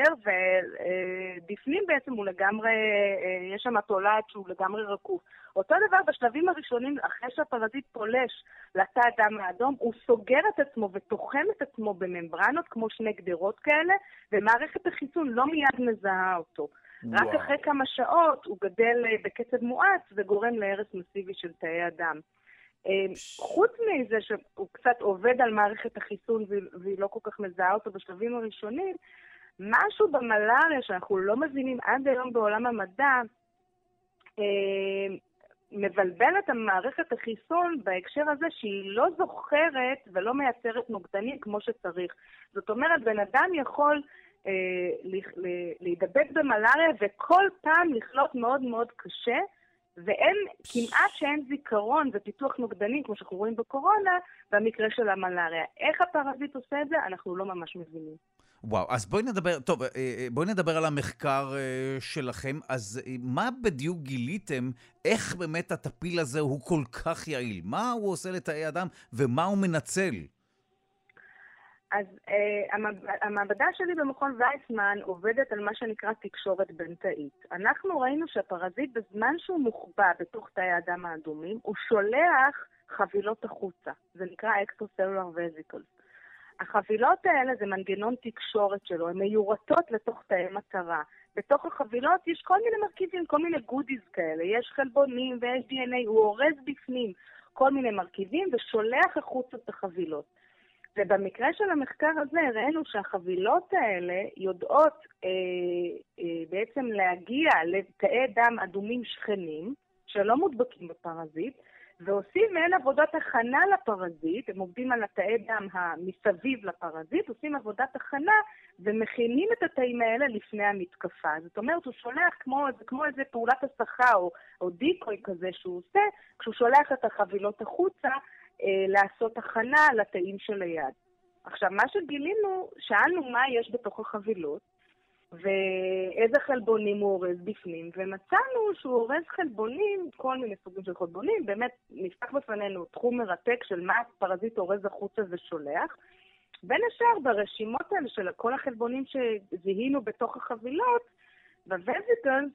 Speaker 5: ובפנים בעצם הוא לגמרי, יש שם תולעת שהוא לגמרי רקוף. אותו דבר בשלבים הראשונים, אחרי שהפרזיט פולש לתא הדם האדום, הוא סוגר את עצמו ותוחם את עצמו בממברנות, כמו שני גדרות כאלה, ומערכת החיסון לא מיד מזהה אותו. רק אחרי כמה שעות הוא גדל בקצב מואץ וגורם להרס מסיבי של תאי הדם. חוץ מזה שהוא קצת עובד על מערכת החיסון והיא לא כל כך מזהה אותו בשלבים הראשונים, משהו במלאריה שאנחנו לא מבינים עד היום בעולם המדע, מבלבל את המערכת החיסון בהקשר הזה שהיא לא זוכרת ולא מייצרת נוגדנים כמו שצריך. זאת אומרת, בן אדם יכול להידבק במלאריה וכל פעם לחלות מאוד מאוד קשה, ואין, כמעט שאין זיכרון ופיתוח נוגדנים, כמו שאנחנו רואים בקורונה, במקרה של המלאריה. איך הפרזיט עושה את זה? אנחנו לא ממש מבינים.
Speaker 1: וואו, אז בואי נדבר על המחקר שלכם. אז מה בדיוק גיליתם? איך באמת הטפיל הזה הוא כל כך יעיל? מה הוא עושה לתאי אדם ומה הוא מנצל?
Speaker 5: אז המעבדה שלי במכון ויצמן עובדת על מה שנקרא תקשורת בין-תאית. אנחנו ראינו שהפרזיט בזמן שהוא מוחבא בתוך תאי הדם האדומים, הוא שולח חבילות החוצה. זה נקרא extracellular vesicles. החבילות האלה זה מנגנון תקשורת שלו, הן מיורטות לתוך תאי מטרה. בתוך החבילות יש כל מיני מרכיבים, כל מיני גודיז כאלה, יש חלבונים ויש DNA, הוא אורז בפנים כל מיני מרכיבים ושולח החוצה את החבילות. ובמקרה של המחקר הזה הראינו שהחבילות האלה יודעות בעצם להגיע לתאי דם אדומים שכנים שלא מודבקים בפרזיט, ועושים מעין עבודת הכנה לפרזיט, הם עובדים על התאי דם מסביב לפרזיט, עושים עבודת הכנה ומכינים את התאים האלה לפני המתקפה. זאת אומרת, הוא שולח כמו איזה פעולת הסחה או דיקוי כזה שהוא עושה, כשהוא שולח את החבילות החוצה, לעשות הכנה לתאים של היד. עכשיו, מה שגילינו, שאלנו מה יש בתוך החבילות, ואיזה חלבונים הוא אורז בפנים, ומצאנו שהוא אורז חלבונים, כל מיני סוגים של חלבונים, באמת נפתח בפנינו תחום מרתק של מה הפרזיט אורז החוצה ושולח. בין השאר ברשימות האלה של כל החלבונים שזיהינו בתוך החבילות, בווזיקלס,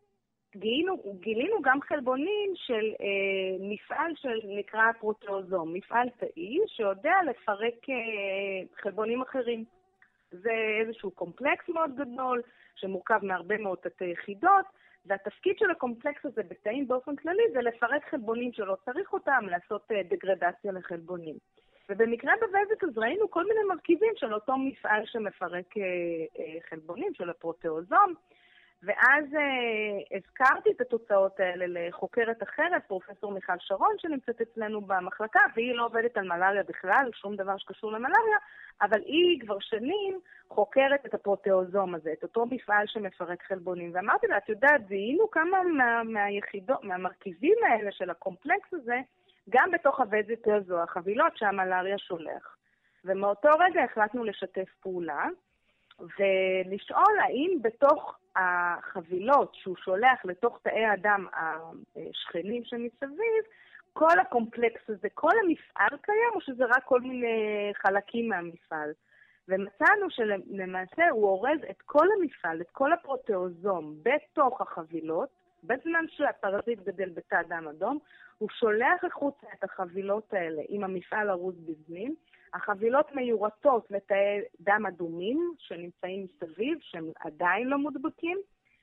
Speaker 5: גילינו גם חלבונים של מפעל שנקרא פרוטאוזום, מפעל תאי שיודע לפרק חלבונים אחרים. זה איזשהו קומפלקס מאוד גדול שמורכב מהרבה מאוד תתי יחידות, והתפקיד של הקומפלקס הזה בתאים באופן כללי זה לפרק חלבונים שלא צריך אותם, לעשות דגרדציה לחלבונים. ובמקרה בווזיקלס ראינו כל מיני מרכיבים של אותו מפעל שמפרק חלבונים של הפרוטאוזום, ואז הזכרתי את התוצאות האלה לחוקרת אחרת, פרופסור מיכל שרון, שנמצאת אצלנו במחלקה, והיא לא עובדת על מלריה בכלל, שום דבר שקשור למלריה, אבל היא כבר שנים חוקרת את הפרוטאוזום הזה, את אותו מפעל שמפרק חלבונים. ואמרתי לה, את יודעת, זיהינו כמה מהמרכיבים האלה של הקומפלקס הזה, גם בתוך הווזיקלס או החבילות שהמלריה שולח. ומאותו רגע החלטנו לשתף פעולה, ולשאול האם בתוך החבילות שהוא שולח לתוך תאי הדם השכנים שמסביב, כל הקומפלקס הזה, כל המפעל קיים, או שזה רק כל מיני חלקים מהמפעל. ומצאנו שלמעשה הוא אורז את כל המפעל, את כל הפרוטאוזום בתוך החבילות, בזמן שהפרזיט גדל בתא דם אדום, הוא שולח החוצה את החבילות האלה עם המפעל ארוז בפנים, החבילות מיורטות לתאי דם אדומים שנמצאים מסביב, שהם עדיין לא מודבקים,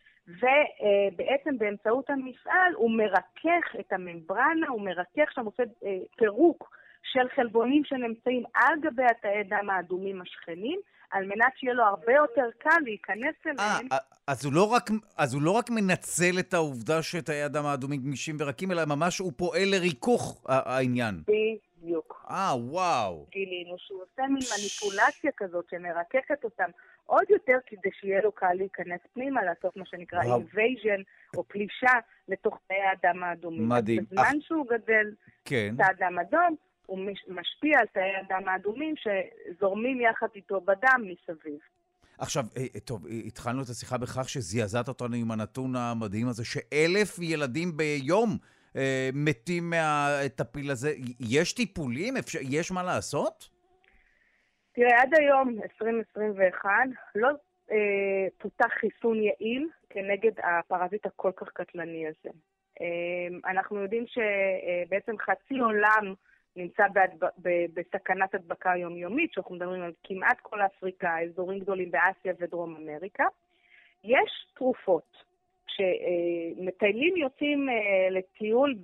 Speaker 5: ובעצם באמצעות המפעל הוא מרכך את הממברנה, הוא מרכך שם, עושה פירוק של חלבונים שנמצאים על גבי התאי דם האדומים השכנים, על מנת שיהיה לו הרבה יותר קל להיכנס אליהם.
Speaker 1: אז הוא לא רק מנצל את העובדה שתאי הדם האדומים גמישים ורקים, אלא ממש הוא פועל לריכוך העניין.
Speaker 5: בדיוק.
Speaker 1: וואו.
Speaker 5: גילינו שהוא עושה מין מניפולציה כזאת שמרככת אותם עוד יותר כדי שיהיה לו קל להיכנס פנימה, לעשות מה שנקרא invasion או פלישה לתוך תאי הדם האדומים.
Speaker 1: מדהים.
Speaker 5: בזמן שהוא גדל
Speaker 1: כן.
Speaker 5: תא הדם אדום, הוא משפיע על תאי הדם האדומים שזורמים יחד איתו בדם מסביב.
Speaker 1: עכשיו, טוב, התחלנו את השיחה בכך שזעזעת אותנו עם הנתון המדהים הזה, ש1,000 ילדים ביום מתים מהטפיל הזה. יש טיפולים? יש מה לעשות?
Speaker 5: תראה, עד היום, 2021, לא פותח חיסון יעיל כנגד הפרזיט הכל כך קטלני הזה. אנחנו יודעים שבעצם חצי עולם נמצא בסכנת הדבקה יומיומית, שאנחנו מדברים על כמעט כל אפריקה, אזורים גדולים באסיה ודרום אמריקה. יש תרופות. כשמטיילים יוצאים לטיול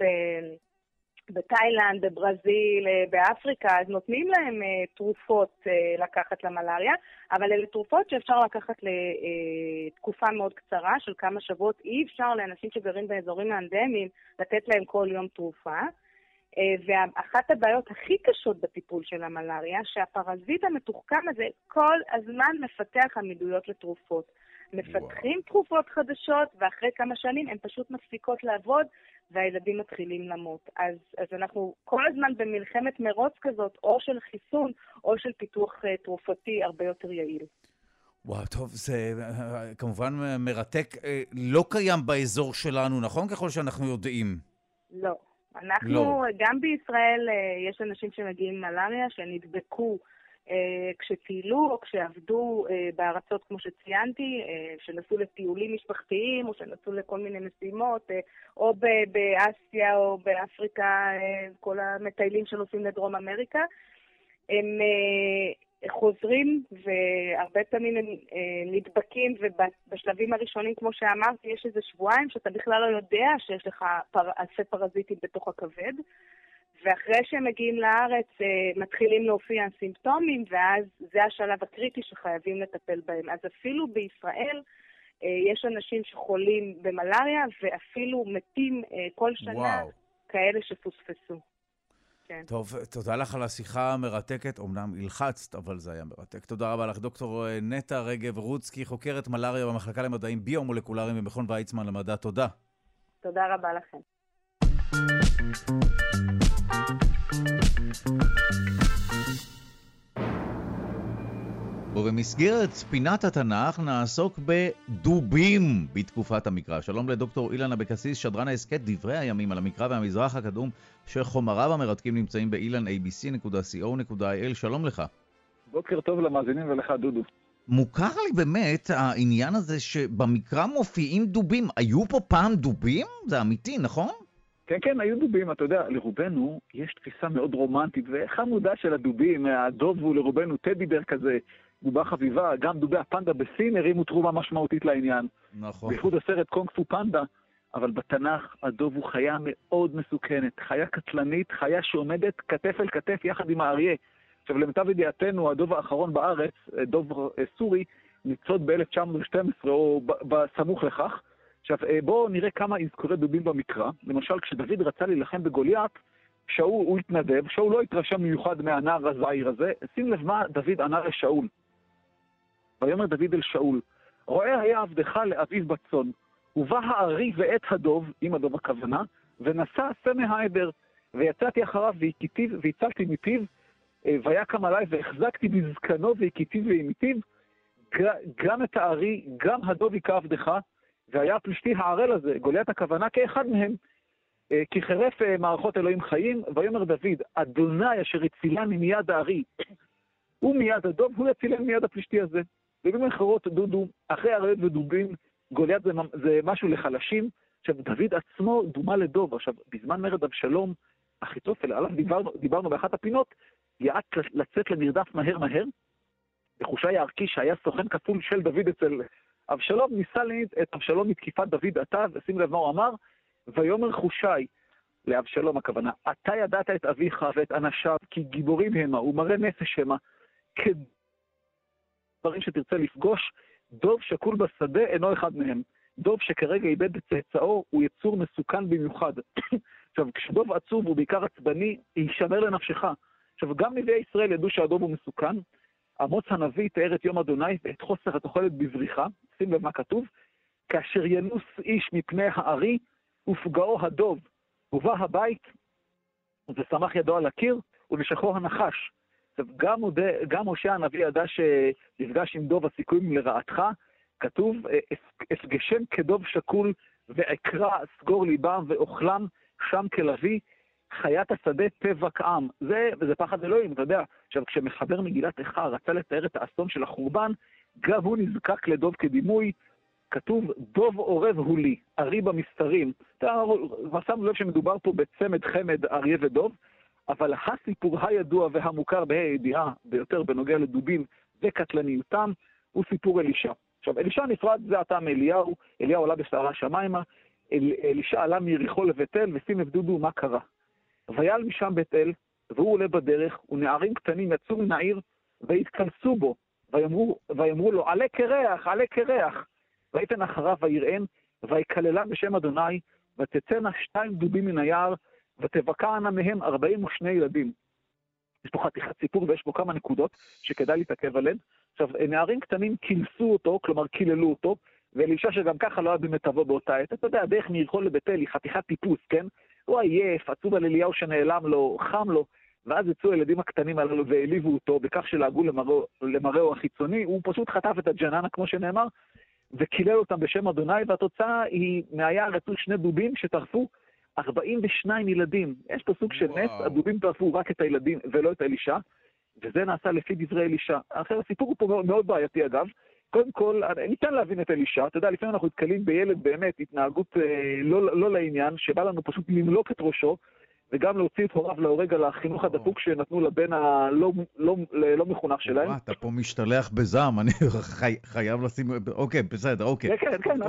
Speaker 5: בתאילנד, בברזיל, באפריקה, אז נותנים להם תרופות לקחת למלריה, אבל אלה תרופות שאפשר לקחת לתקופה מאוד קצרה של כמה שבועות. אי אפשר לאנשים שגרים באזורים האנדמיים לתת להם כל יום תרופה. ואחת הבעיות הכי קשות בטיפול של המלריה, שהפרזיט המתוחכם הזה כל הזמן מפתח עמידויות לתרופות. מפתחים תרופות חדשות, ואחרי כמה שנים הן פשוט מפסיקות לעבוד, והילדים מתחילים למות. אז אנחנו כל הזמן במלחמת מרוץ כזאת, או של חיסון, או של פיתוח תרופתי הרבה יותר יעיל.
Speaker 1: וואו, טוב, זה כמובן מרתק. לא קיים באזור שלנו, נכון? ככל שאנחנו יודעים.
Speaker 5: לא. אנחנו, גם בישראל, יש אנשים שמגיעים עם מלריה, שנדבקו כשטיילו או כשעבדו בארצות, כמו שציינתי, שנסעו לטיולים משפחתיים או שנסעו לכל מיני משימות, או באסיה או באפריקה, כל המטיילים שנוסעים לדרום אמריקה. חוזרים, והרבה פעמים הם נדבקים, ובשלבים הראשונים, כמו שאמרתי, יש איזה שבועיים שאתה בכלל לא יודע שיש לך אלפי פרזיטים בתוך הכבד, ואחרי שהם מגיעים לארץ מתחילים להופיע סימפטומים, ואז זה השלב הקריטי שחייבים לטפל בהם. אז אפילו בישראל יש אנשים שחולים במלאריה, ואפילו מתים כל שנה.
Speaker 1: וואו.
Speaker 5: כאלה שפוספסו. כן.
Speaker 1: טוב, תודה לך על השיחה המרתקת, אמנם הלחצת, אבל זה היה מרתק. תודה רבה לך, דוקטור נטע רגב רוצקי, חוקרת מלאריה במחלקה למדעים ביו-מולקולריים במכון ויצמן למדע. תודה.
Speaker 5: תודה רבה לכם.
Speaker 1: ובמסגרת פינת התנ"ך נעסוק בדובים בתקופת המקרא. שלום לדוקטור אילן אבקסיס, שדרן ההסכת דברי הימים על המקרא והמזרח הקדום, שחומריו המרתקים נמצאים באילנabc.co.il. שלום לך.
Speaker 6: בוקר טוב למאזינים ולך דודו.
Speaker 1: מוכר לי באמת העניין הזה שבמקרא מופיעים דובים. היו פה פעם דובים? זה אמיתי, נכון?
Speaker 6: כן, כן, היו דובים. אתה יודע, לרובנו יש תפיסה מאוד רומנטית וחמודה של הדובים. הדוב הוא לרובנו טדי בר כזה, דובה חביבה. גם דובי הפנדה בסין הרימו תרומה משמעותית לעניין.
Speaker 1: נכון.
Speaker 6: בייחוד הסרט קונג פו פנדה. אבל בתנ"ך הדוב הוא חיה מאוד מסוכנת, חיה קטלנית, חיה שעומדת כתף אל כתף יחד עם האריה. עכשיו, למיטב ידיעתנו, הדוב האחרון בארץ, דוב סורי, ניצוד ב-1912 או בסמוך לכך. עכשיו, בואו נראה כמה אזכורי דובים במקרא. למשל, כשדוד רצה להילחם בגוליית, שאול הוא התנדב, שאול לא התרשם מיוחד מהנער הזעיר הזה. שים לב מה דוד ענה לשאול. ויאמר דוד אל שאול, רואה היה עבדך לאביו בצאן, ובא הארי ואת הדוב, עם הדוב הכוונה, ונשא סמא העדר, ויצאתי אחריו והצלתי מפיו, ויקם עליי והחזקתי בזקנו והכיתיו והמיתיו, גם את הארי, גם הדוב היכה עבדך, והיה פלישתי הערל הזה, גוליית הכוונה כאחד מהם, כי חרף מערכות אלוהים חיים, ויאמר דוד, אדוני אשר הצילני מיד הארי, ומיד הדוב, הוא יצילני מיד הפלישתי הזה. ובמילים אחרות, דודו, אחרי אריות ודובים, גוליית זה משהו לחלשים. עכשיו, דוד עצמו דומה לדוב. עכשיו, בזמן מרד אבשלום, אחיתופל, עליו דיברנו באחת הפינות, יעץ לצאת למרדף מהר, וחושי הערכי שהיה סוכן כפול של דוד אצל אבשלום, ניסה את אבשלום מתקיפת דוד עתה, ושים לב מה הוא אמר, ויאמר חושי, לאבשלום הכוונה, אתה ידעת את אביך ואת אנשיו, כי גיבורים המה, ומראה נפש המה, כדברים שתרצה לפגוש, דוב שקול בשדה אינו אחד מהם. דוב שכרגע איבד את צאצאו, הוא יצור מסוכן במיוחד. עכשיו, כשדוב עצוב הוא בעיקר עצבני, יישמר לנפשך. עכשיו, גם נביאי ישראל ידעו שהדוב הוא מסוכן. עמוס הנביא תיאר את יום אדוני ואת חוסר התוחלת בבריחה. שים לב מה כתוב. כאשר ינוס איש מפני הארי, ופגעו הדוב, ובא הבית, ושמח ידו על הקיר, ונשכו הנחש. עכשיו, גם משה הנביא ידע שנפגש עם דוב הסיכויים לרעתך. כתוב, אסגשם כדוב שקול, ועקרה סגור ליבם ואוכלם שם כלוי, חיית השדה תבקעם. וזה פחד אלוהים, אתה יודע. עכשיו, כשמחבר מגילת איכה רצה לתאר את האסון של החורבן, גם הוא נזקק לדוב כדימוי. כתוב, דוב עורב הוא לי, ארי במסתרים. כבר שמנו לב שמדובר פה בצמד חמד אריה ודוב, אבל הסיפור הידוע והמוכר בהידיעה ביותר בנוגע לדובים וקטלניותם, הוא סיפור אלישע. עכשיו, אלישע נפרד זה עתה מאליהו, אליהו עלה בסערה שמיימה, אלישע עלה מיריחו לבית אל, ושים לב דודו מה קרה. ויעל משם בית אל, והוא עולה בדרך, ונערים קטנים יצאו מן העיר, והתכנסו בו, ויאמרו לו, עלה קרח, עלה קרח. ויתן אחריו ויראם, ויקללה בשם אדוני, ותצאנה 2 דובים מן היער, ותבקענה מהם 42 ילדים. יש פה חתיכת סיפור ויש פה כמה נקודות שכדאי להתעכב עליהן. עכשיו, נערים קטנים קילסו אותו, כלומר קיללו אותו, ואלישע שגם ככה לא היה במיטבו באותה עת. אתה יודע, דרך מיריחו לבית אל היא חתיכת טיפוס, כן? הוא עייף, עצוב על אליהו שנעלם לו, חם לו, ואז יצאו הילדים הקטנים הללו והעליבו אותו בכך שלעגו למראהו החיצוני. הוא פשוט חטף את הג'ננה, כמו שנאמר, וקילל אותם בשם אדוני, והתוצאה היא מהיער יצאו 2 דובים שטרפו 42 ילדים. יש פה סוג של נס, הדובים טרפו רק את הילדים ולא את אלישע, וזה נעשה לפי דברי אלישע. אחר הסיפור הוא פה מאוד בעייתי אגב. קודם כל, ניתן להבין את אלישע. אתה יודע, לפעמים אנחנו התקלים בילד באמת התנהגות לא לעניין, שבא לנו פשוט למלוק את ראשו, וגם להוציא את הוריו להורג על החינוך הדפוק שנתנו לבן הלא מחונך שלהם.
Speaker 1: אתה פה משתלח בזעם, אני חייב לשים... אוקיי, בסדר, אוקיי.
Speaker 6: כן,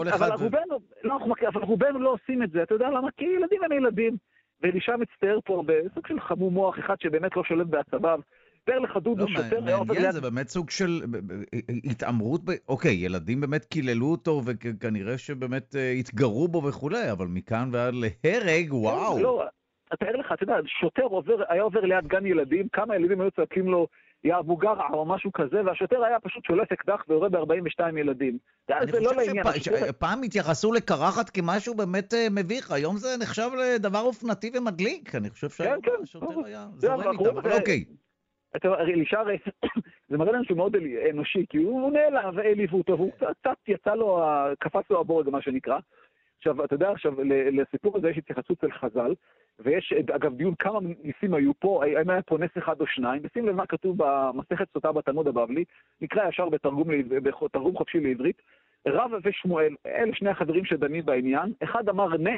Speaker 6: אבל רובנו לא עושים את זה. אתה יודע למה? כי ילדים הם ילדים. ואלישע מצטער פה בסוג של חמום מוח אחד שבאמת לא שולט בעצביו. תאר לך דודו שוטר...
Speaker 1: מעניין, זה באמת סוג של התאמרות... אוקיי, ילדים באמת קיללו אותו וכנראה שבאמת התגרו בו וכולי, אבל מכאן ועד להרג, וואו.
Speaker 6: לא, תאר לך, אתה יודע, שוטר היה עובר ליד גן ילדים, כמה ילדים היו צועקים לו יא אבו גרע או משהו כזה, והשוטר היה פשוט שולף אקדח ויורה ב-42 ילדים.
Speaker 1: אני חושב שפעם התייחסו לקרחת כמשהו באמת מביך, היום זה נחשב לדבר אופנתי ומדליק, אני חושב שהשוטר היה זורם איתם, אבל אוקיי.
Speaker 6: אלישע, זה מראה לנו שהוא מאוד אנושי, כי הוא נעלב והעליבו אותו, והוא קצת יצא לו, קפץ לו הבורג, מה שנקרא. עכשיו, אתה יודע, לסיפור הזה יש התייחסות של חז"ל, ויש, אגב, דיון כמה ניסים היו פה, האם היה פה נס אחד או שניים, ושים לב מה כתוב במסכת סוטה בתלמוד הבבלי, נקרא ישר בתרגום חופשי לעברית, רב ושמואל, אלה שני החברים שדנים בעניין, אחד אמר נס,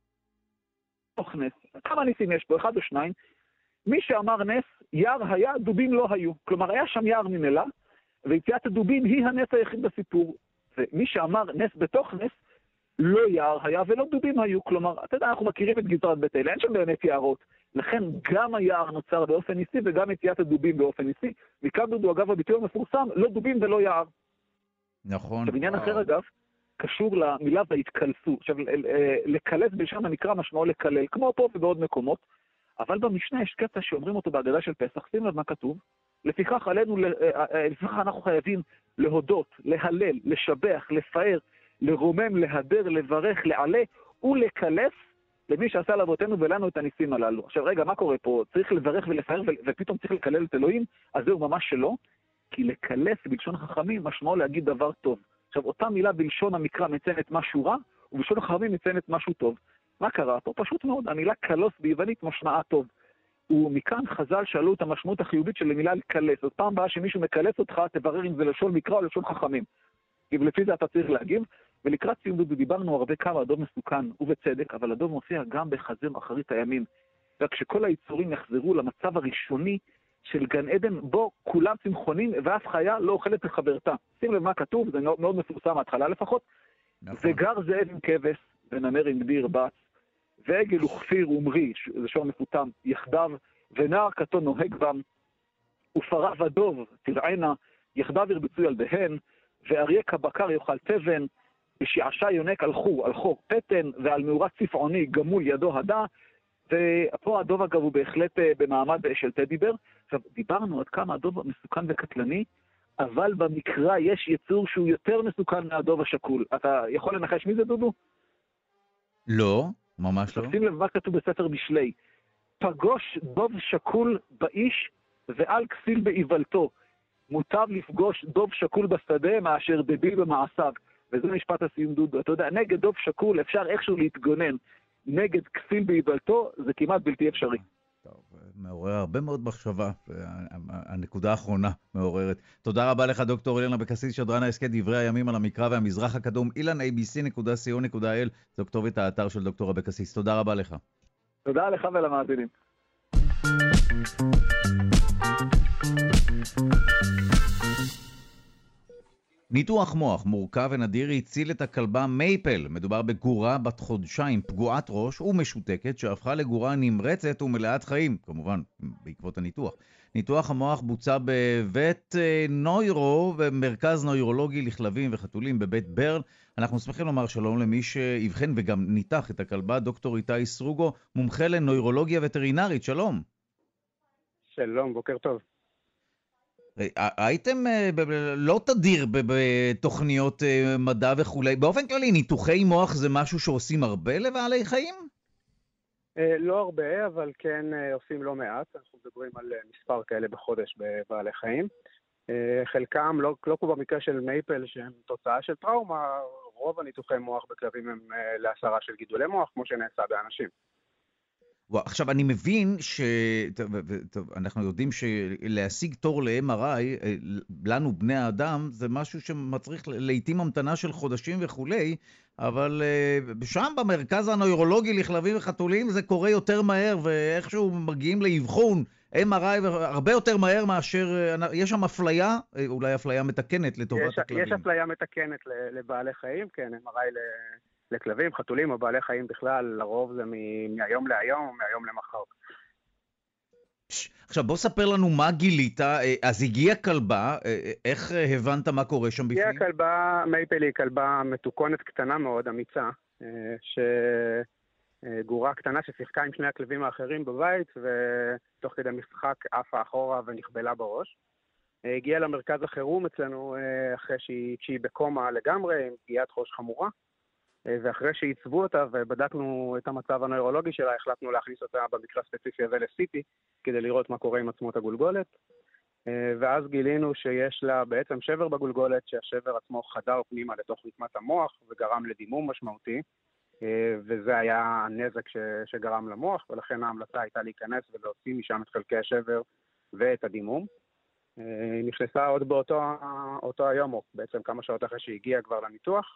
Speaker 6: תוך נס, כמה ניסים יש פה, אחד או שניים, מי שאמר נס, יער היה, דובים לא היו, כלומר היה שם יער ממילא, ויציאת הדובים היא הנס היחיד בסיפור, ומי שאמר נס בתוך נס, לא יער היה ולא דובים היו, כלומר, אתה יודע, אנחנו מכירים את גזרת בית אל, אין שם באמת יערות, לכן גם היער נוצר באופן ניסי וגם יציאת הדובים באופן ניסי, מכאן דודו, אגב, הביטוי המפורסם, לא דובים ולא יער.
Speaker 1: נכון.
Speaker 6: בעניין אחר, אגב, קשור למילה והתקלסו. עכשיו, לקלס בלשון המקרא משמעו לקלל, כמו פה ובעוד מקומות, אבל במשנה יש קטע שאומרים אותו בהגדה של פסח, שים לב מה כתוב, לפיכך אנחנו חייבים להודות, להלל, לשבח, לפאר, לרומם, להדר, לברך, לעלה ולקלס למי שעשה לאבותינו ולנו את הניסים הללו. עכשיו רגע, מה קורה פה? צריך לברך ולפאר ופתאום צריך לקלל את אלוהים? אז זהו ממש שלא, כי לקלס בלשון חכמים משמעו להגיד דבר טוב. עכשיו, אותה מילה בלשון המקרא מציינת משהו רע, ובלשון חכמים מציינת משהו טוב. מה קרה פה? פשוט מאוד, המילה קלוס ביוונית משמעה טוב. ומכאן חז"ל שאלו את המשמעות החיובית של המילה לקלס. אז פעם באה שמישהו מקלס אותך, תברר אם זה לשון מקרא או לשון חכמים. ולפי זה אתה צריך להגיב. ולקראת סיום דודו דיברנו הרבה כמה הדוב מסוכן, ובצדק, אבל הדוב מופיע גם בחזיר אחרית הימים. וכשכל היצורים יחזרו למצב הראשוני של גן עדן, בו כולם צמחונים ואף חיה לא אוכלת לחברתה. שים לב מה כתוב, זה מאוד מפורסם מההתחלה לפחות. נכון. וגר זאב עם כבש, ונמר עם גדי ירבץ, ועגל וכפיר ומרי, זה שור מפותם, יחדיו, ונער קטון נוהג בם, ופרה ודוב, תרענה, יחדיו ירבצו ילדיהן, ואריה כבקר יאכל תבן, ושעשע יונק על חור פטן, ועל מאורת צפעוני גמול ידו הדה, ופה הדוב אגב הוא בהחלט במעמד של טדיבר. עכשיו, דיברנו עד כמה הדוב מסוכן וקטלני, אבל במקרא יש יצור שהוא יותר מסוכן מהדוב השקול. אתה יכול לנחש מי זה דודו?
Speaker 1: לא, ממש לא.
Speaker 6: שים לב מה כתוב בספר משלי. פגוש דוב שקול באיש ועל כסיל באיוולתו. מוטב לפגוש דוב שקול בשדה מאשר דביל במעשיו. וזה משפט הסיום דודו. אתה יודע, נגד דוב שקול אפשר איכשהו להתגונן. נגד כסיל באיוולתו זה כמעט בלתי אפשרי.
Speaker 1: טוב, מעורר הרבה מאוד מחשבה. הנקודה האחרונה מעוררת. תודה רבה לך דוקטור אילן אבקסיס, שדרן ההסכת דברי הימים על המקרא והמזרח הקדום, ilanabc.co.il, זו כתובת האתר של דוקטור אבקסיס. תודה רבה לך.
Speaker 6: תודה לך ולמאזינים.
Speaker 1: ניתוח מוח מורכב ונדיר הציל את הכלבה מייפל. מדובר בגורה בת חודשיים פגועת ראש ומשותקת שהפכה לגורה נמרצת ומלאת חיים, כמובן בעקבות הניתוח. ניתוח המוח בוצע בבית נוירו, במרכז נוירולוגי לכלבים וחתולים בבית ברן. אנחנו שמחים לומר שלום למי שיבחן וגם ניתח את הכלבה, דוקטור איתי סרוגו, מומחה לנוירולוגיה וטרינרית. שלום.
Speaker 7: שלום, בוקר טוב.
Speaker 1: הייתם לא תדיר בתוכניות מדע וכולי. באופן כללי, ניתוחי מוח זה משהו שעושים הרבה לבעלי חיים?
Speaker 7: לא הרבה, אבל כן עושים לא מעט. אנחנו מדברים על מספר כאלה בחודש בבעלי חיים. חלקם, לא כמו במקרה של מייפל, שהם תוצאה של טראומה, רוב הניתוחי מוח בכלבים הם להסרה של גידולי מוח, כמו שנעשה באנשים.
Speaker 1: עכשיו, אני מבין אנחנו יודעים שלהשיג תור ל-MRI, לנו בני האדם, זה משהו שמצריך לעתים המתנה של חודשים וכולי, אבל שם במרכז הנוירולוגי לכלבים וחתולים זה קורה יותר מהר, ואיכשהו מגיעים לאבחון MRI הרבה יותר מהר מאשר, יש שם אפליה, אולי אפליה מתקנת לטובת הכלבים.
Speaker 7: יש אפליה מתקנת לבעלי חיים, כן, MRI לכלבים, חתולים או בעלי חיים בכלל, לרוב זה מהיום להיום או מהיום למחר.
Speaker 1: עכשיו בוא ספר לנו מה גילית, אז הגיעה כלבה, איך הבנת מה קורה שם בפנים?
Speaker 7: הגיעה כלבה, מייפל היא כלבה מתוקונת קטנה מאוד, אמיצה, שגורה קטנה ששיחקה עם שני הכלבים האחרים בבית, ותוך כדי משחק עפה אחורה ונכבלה בראש. הגיעה למרכז החירום אצלנו אחרי שהיא בקומה לגמרי, עם פגיעת ראש חמורה. ואחרי שעיצבו אותה ובדקנו את המצב הנוירולוגי שלה, החלטנו להכניס אותה במקרה הספציפי הזה ל-CT, כדי לראות מה קורה עם עצמות הגולגולת. ואז גילינו שיש לה בעצם שבר בגולגולת, שהשבר עצמו חדר פנימה לתוך רקמת המוח וגרם לדימום משמעותי, וזה היה הנזק שגרם למוח, ולכן ההמלצה הייתה להיכנס ולהוציא משם את חלקי השבר ואת הדימום. היא נכנסה עוד באותו היום, או בעצם כמה שעות אחרי שהגיעה כבר לניתוח,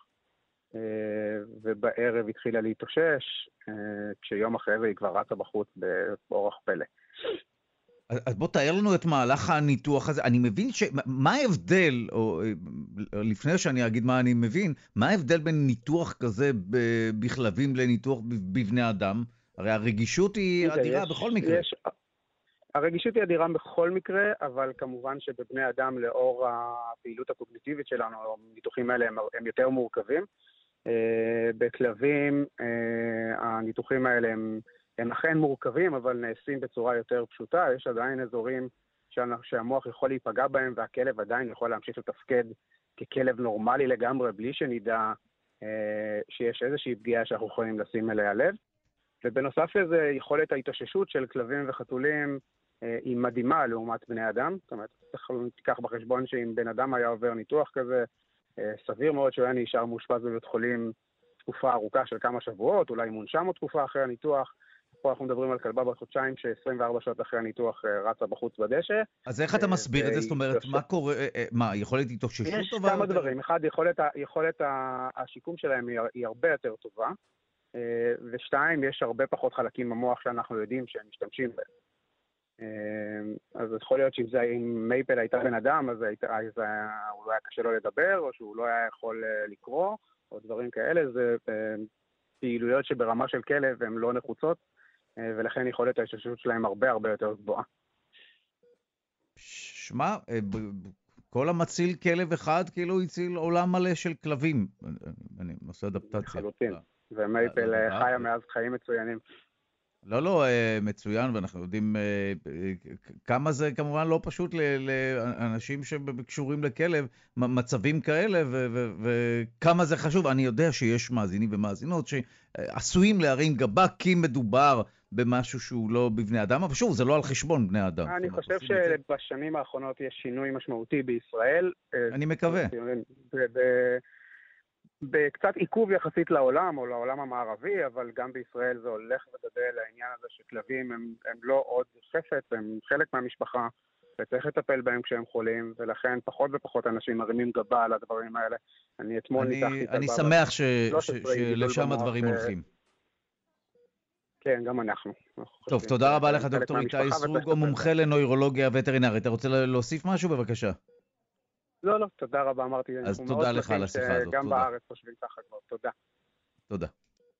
Speaker 7: ובערב התחילה להתאושש, כשיום אחרי זה היא כבר רצה בחוץ באורח פלא.
Speaker 1: אז בוא תאר לנו את מהלך הניתוח הזה. אני מבין מה ההבדל, או לפני שאני אגיד מה אני מבין, מה ההבדל בין ניתוח כזה בכלבים לניתוח בבני אדם? הרי הרגישות היא אדירה בכל מקרה.
Speaker 7: הרגישות היא אדירה בכל מקרה, אבל כמובן שבבני אדם לאור הפעילות הקוגניטיבית שלנו, הניתוחים האלה הם יותר מורכבים. בכלבים הניתוחים האלה הם אכן מורכבים, אבל נעשים בצורה יותר פשוטה. יש עדיין אזורים שהמוח יכול להיפגע בהם, והכלב עדיין יכול להמשיך לתפקד ככלב נורמלי לגמרי, בלי שנדע שיש איזושהי פגיעה שאנחנו יכולים לשים אליה לב. ובנוסף לזה, יכולת ההתאוששות של כלבים וחתולים היא מדהימה לעומת בני אדם. זאת אומרת, תיקח בחשבון שאם בן אדם היה עובר ניתוח כזה, סביר מאוד שהוא היה נשאר מאושפז בבית חולים תקופה ארוכה של כמה שבועות, אולי מונשם עוד תקופה אחרי הניתוח. פה אנחנו מדברים על כלבה בת חודשיים ש24 שעות אחרי הניתוח רצה בחוץ בדשא.
Speaker 1: אז איך אתה מסביר את זה? זאת אומרת, מה קורה, יכולת התאוששות טובה?
Speaker 7: יש כמה דברים. אחד, יכולת השיקום שלהם היא הרבה יותר טובה, ושתיים, יש הרבה פחות חלקים במוח שאנחנו יודעים שהם משתמשים בהם. אז יכול להיות שאם מייפל הייתה בן אדם, אז הוא לא היה קשה לו לדבר, או שהוא לא היה יכול לקרוא, או דברים כאלה. זה פעילויות שברמה של כלב הן לא נחוצות, ולכן יכולת ההתאוששות שלהם הרבה הרבה יותר גבוהה.
Speaker 1: שמע, כל המציל כלב אחד כאילו הציל עולם מלא של כלבים. אני עושה אדפטציה.
Speaker 7: חלוטין. ומייפל חיה מאז חיים מצוינים.
Speaker 1: לא, מצוין, ואנחנו יודעים כמה זה כמובן לא פשוט לאנשים שקשורים לכלב, מצבים כאלה, וכמה זה חשוב. אני יודע שיש מאזינים ומאזינות שעשויים להרים גבה, כי מדובר במשהו שהוא לא בבני אדם, אבל שוב, זה לא על חשבון בני אדם.
Speaker 7: אני חושב שבשנים האחרונות יש שינוי משמעותי בישראל.
Speaker 1: אני מקווה.
Speaker 7: בקצת עיכוב יחסית לעולם, או לעולם המערבי, אבל גם בישראל זה הולך וגדל העניין הזה שכלבים הם לא עוד חפץ, הם חלק מהמשפחה, וצריך לטפל בהם כשהם חולים, ולכן פחות ופחות אנשים מרימים גבה על הדברים האלה. אני אתמול ניתחתי את
Speaker 1: אני שמח שלשם הדברים הולכים.
Speaker 7: כן, גם אנחנו.
Speaker 1: טוב, תודה רבה לך דוקטור איתי סרוגו, מומחה לנוירולוגיה וטרינרית. אתה רוצה להוסיף משהו? בבקשה.
Speaker 7: לא, תודה רבה, אמרתי.
Speaker 1: אז תודה לך על השיחה הזאת.
Speaker 7: גם בארץ חושבים ככה כבר, תודה.
Speaker 1: תודה.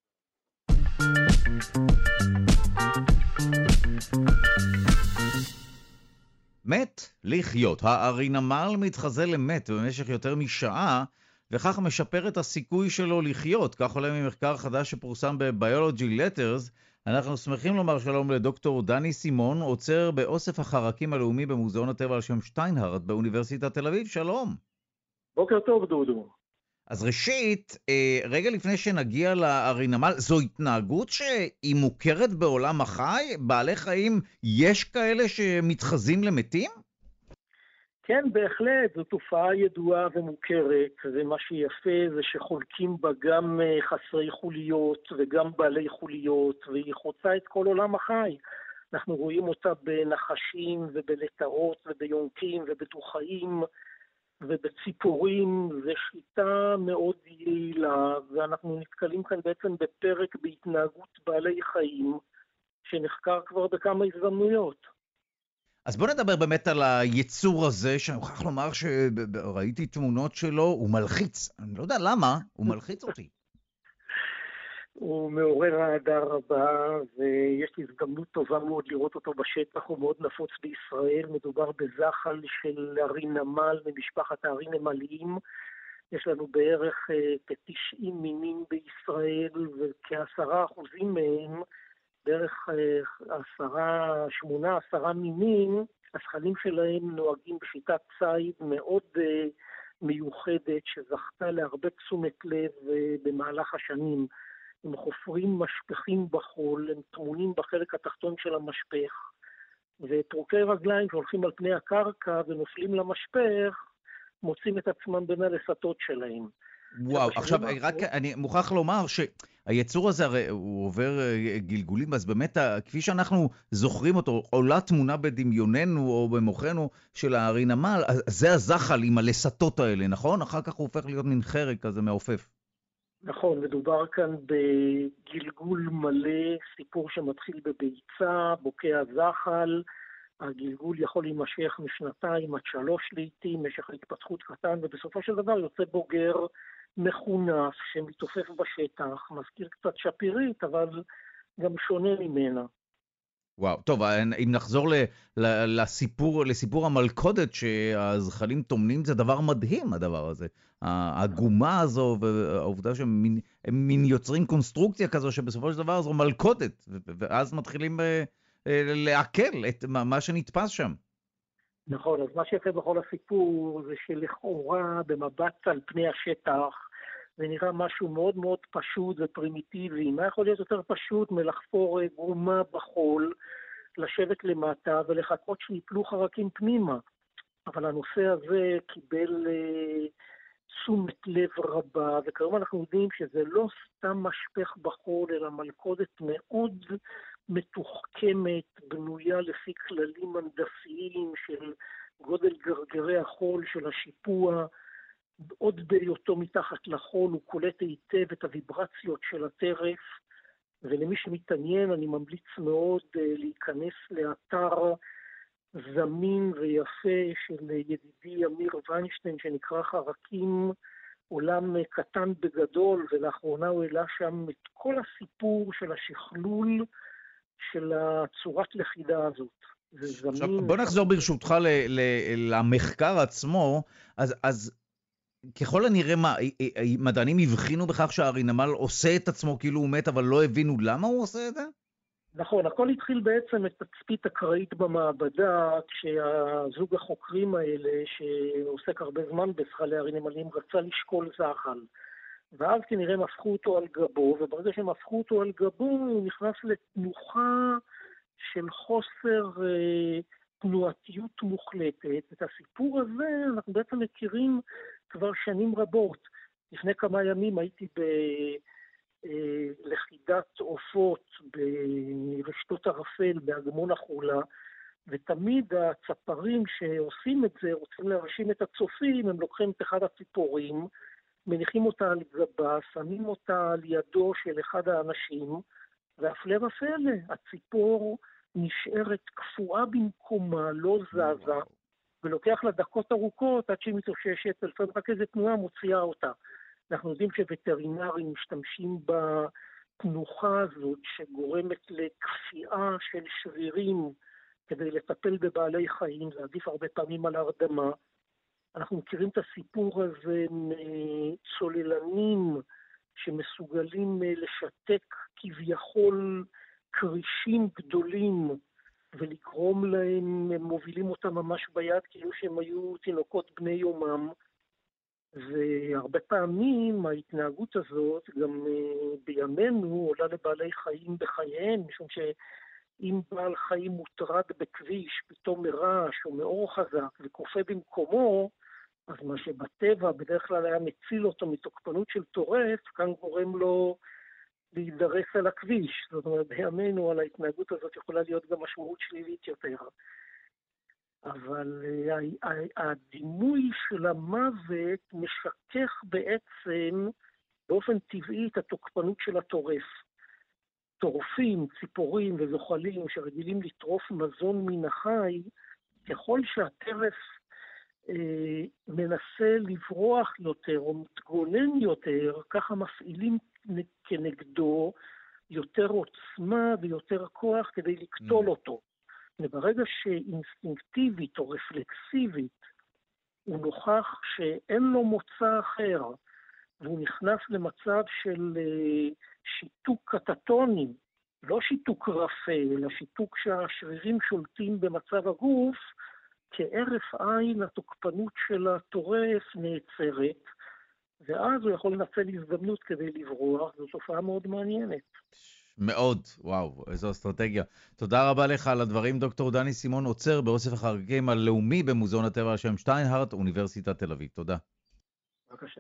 Speaker 1: מת לחיות. הארי נמל מתחזה למת במשך יותר משעה, וכך משפר את הסיכוי שלו לחיות. כך עולה ממחקר חדש שפורסם ב-Biology Letters. אנחנו שמחים לומר שלום לדוקטור דני סימון, עוצר באוסף החרקים הלאומי במוזיאון הטבע על שם שטיינהרט באוניברסיטת תל אביב. שלום.
Speaker 8: בוקר טוב, דודו.
Speaker 1: אז ראשית, רגע לפני שנגיע לארי נמל, זו התנהגות שהיא מוכרת בעולם החי? בעלי חיים, יש כאלה שמתחזים למתים?
Speaker 8: כן, בהחלט, זו תופעה ידועה ומוכרת, ומה שיפה זה שחולקים בה גם חסרי חוליות וגם בעלי חוליות, והיא חוצה את כל עולם החי. אנחנו רואים אותה בנחשים ובלטאות וביונקים ובדו-חיים ובציפורים, זו שיטה מאוד יעילה, ואנחנו נתקלים כאן בעצם בפרק בהתנהגות בעלי חיים, שנחקר כבר בכמה הזדמנויות.
Speaker 1: אז בוא נדבר באמת על היצור הזה, שאני מוכרח לומר שראיתי תמונות שלו, הוא מלחיץ. אני לא יודע למה, הוא מלחיץ אותי.
Speaker 8: הוא מעורר אהדה רבה, ויש לי הזדמנות טובה מאוד לראות אותו בשטח, הוא מאוד נפוץ בישראל, מדובר בזחל של ערי נמל ממשפחת הערים נמליים, יש לנו בערך כ-90 מינים בישראל, וכ10% מהם, בערך 8-10 מינים, הזחלים שלהם נוהגים בשיטת ציד מאוד מיוחדת, שזכתה להרבה תשומת לב במהלך השנים. הם חופרים משפכים בחול, הם טמונים בחלק התחתון של המשפך, וטרוקי רגליים שהולכים על פני הקרקע ונופלים למשפך, מוצאים את עצמם בין הלסתות שלהם.
Speaker 1: וואו, עכשיו רק אני מוכרח לומר שהיצור הזה הרי הוא עובר גלגולים, אז באמת כפי שאנחנו זוכרים אותו, עולה תמונה בדמיוננו או במוחנו של הערי נמל, זה הזחל עם הלסתות האלה, נכון? אחר כך הוא הופך להיות מין חרק כזה מעופף.
Speaker 8: נכון, מדובר כאן בגלגול מלא, סיפור שמתחיל בביצה, בוקע זחל, הגלגול יכול להימשך מ2 עד 3 לעתים, משך ההתפתחות קטן, ובסופו של דבר יוצא בוגר מחונף שמתעופף בשטח, מזכיר קצת שפירית, אבל גם שונה ממנה.
Speaker 1: וואו, טוב, אם נחזור לסיפור המלכודת שהזחלים טומנים, זה דבר מדהים הדבר הזה. הגומה הזו והעובדה שהם מין יוצרים קונסטרוקציה כזו שבסופו של דבר זו מלכודת, ואז מתחילים לעכל את מה שנתפס שם.
Speaker 8: נכון, אז מה שיפה בכל הסיפור זה שלכאורה במבט על פני השטח, זה נראה משהו מאוד מאוד פשוט ופרימיטיבי. מה יכול להיות יותר פשוט מלחפור גומה בחול, לשבת למטה ולחכות שיפלו חרקים פנימה? אבל הנושא הזה קיבל תשומת לב רבה, וכיום אנחנו יודעים שזה לא סתם משפך בחול, אלא מלכודת מאוד מתוחכמת, בנויה לפי כללים הנדסיים של גודל גרגרי החול, של השיפוע, עוד בהיותו מתחת לחול הוא קולט היטב את הוויברציות של הטרף, ולמי שמתעניין אני ממליץ מאוד להיכנס לאתר זמין ויפה של ידידי אמיר ויינשטיין שנקרא חרקים, עולם קטן בגדול, ולאחרונה הוא העלה שם את כל הסיפור של השכלול של הצורת לכידה הזאת.
Speaker 1: עכשיו, בוא נחזור ברשותך למחקר עצמו, אז ככל הנראה מדענים הבחינו בכך שהארי נמל עושה את עצמו כאילו הוא מת, אבל לא הבינו למה הוא עושה את זה?
Speaker 8: נכון, הכל התחיל בעצם את תצפית אקראית במעבדה, כשהזוג החוקרים האלה, שעוסק הרבה זמן בזחלי הארי נמלים, רצה לשקול זחל. ואז כנראה הם הפכו אותו על גבו, וברגע שהם הפכו אותו על גבו, הוא נכנס לתנוחה של חוסר תנועתיות מוחלטת. את הסיפור הזה אנחנו בעצם מכירים כבר שנים רבות. לפני כמה ימים הייתי לכידת עופות ברשתות ערפל באגמון החולה, ותמיד הצפרים שעושים את זה, רוצים להרשים את הצופים, הם לוקחים את אחד הציפורים, מניחים אותה על גבה, שמים אותה על ידו של אחד האנשים, והפלא ופלא, הציפור נשארת קפואה במקומה, לא זזה, ולוקח לה דקות ארוכות עד שהיא מתאוששת, ולפעמים רק איזו תנועה מוציאה אותה. אנחנו יודעים שווטרינרים משתמשים בתנוחה הזאת שגורמת לקפיאה של שרירים כדי לטפל בבעלי חיים, זה עדיף הרבה פעמים על הרדמה. אנחנו מכירים את הסיפור הזה מצוללנים שמסוגלים לשתק כביכול קרישים גדולים ולקרום להם, הם מובילים אותם ממש ביד כאילו שהם היו תינוקות בני יומם. והרבה פעמים ההתנהגות הזאת גם בימינו עולה לבעלי חיים בחייהם, משום אם בעל חיים מוטרד בכביש, פתאום מרעש או מאור חזק וקופא במקומו, אז מה שבטבע בדרך כלל היה מציל אותו מתוקפנות של טורף, כאן גורם לו להידרס על הכביש. זאת אומרת, בימינו על ההתנהגות הזאת יכולה להיות גם משמעות שלילית יותר. אבל הדימוי של המוות משכך בעצם באופן טבעי את התוקפנות של הטורף. טורפים, ציפורים וזוחלים שרגילים לטרוף מזון מן החי, ככל שהטרף מנסה לברוח יותר או מתגונן יותר, ככה מפעילים כנגדו יותר עוצמה ויותר כוח כדי לקטול אותו. וברגע שאינסטינקטיבית או רפלקסיבית הוא נוכח שאין לו מוצא אחר, והוא נכנס למצב של שיתוק קטטוני, לא שיתוק רפה, אלא שיתוק שהשרירים שולטים במצב הגוף, כערף עין התוקפנות של הטורף נעצרת, ואז הוא יכול לנצל הזדמנות כדי לברוח. זו תופעה מאוד מעניינת.
Speaker 1: מאוד, וואו, איזו אסטרטגיה. תודה רבה לך על הדברים, דוקטור דני סימון עוצר באוסף החריגים הלאומי במוזיאון הטבע על שם שטיינהרט, אוניברסיטת תל אביב. תודה.
Speaker 8: בבקשה.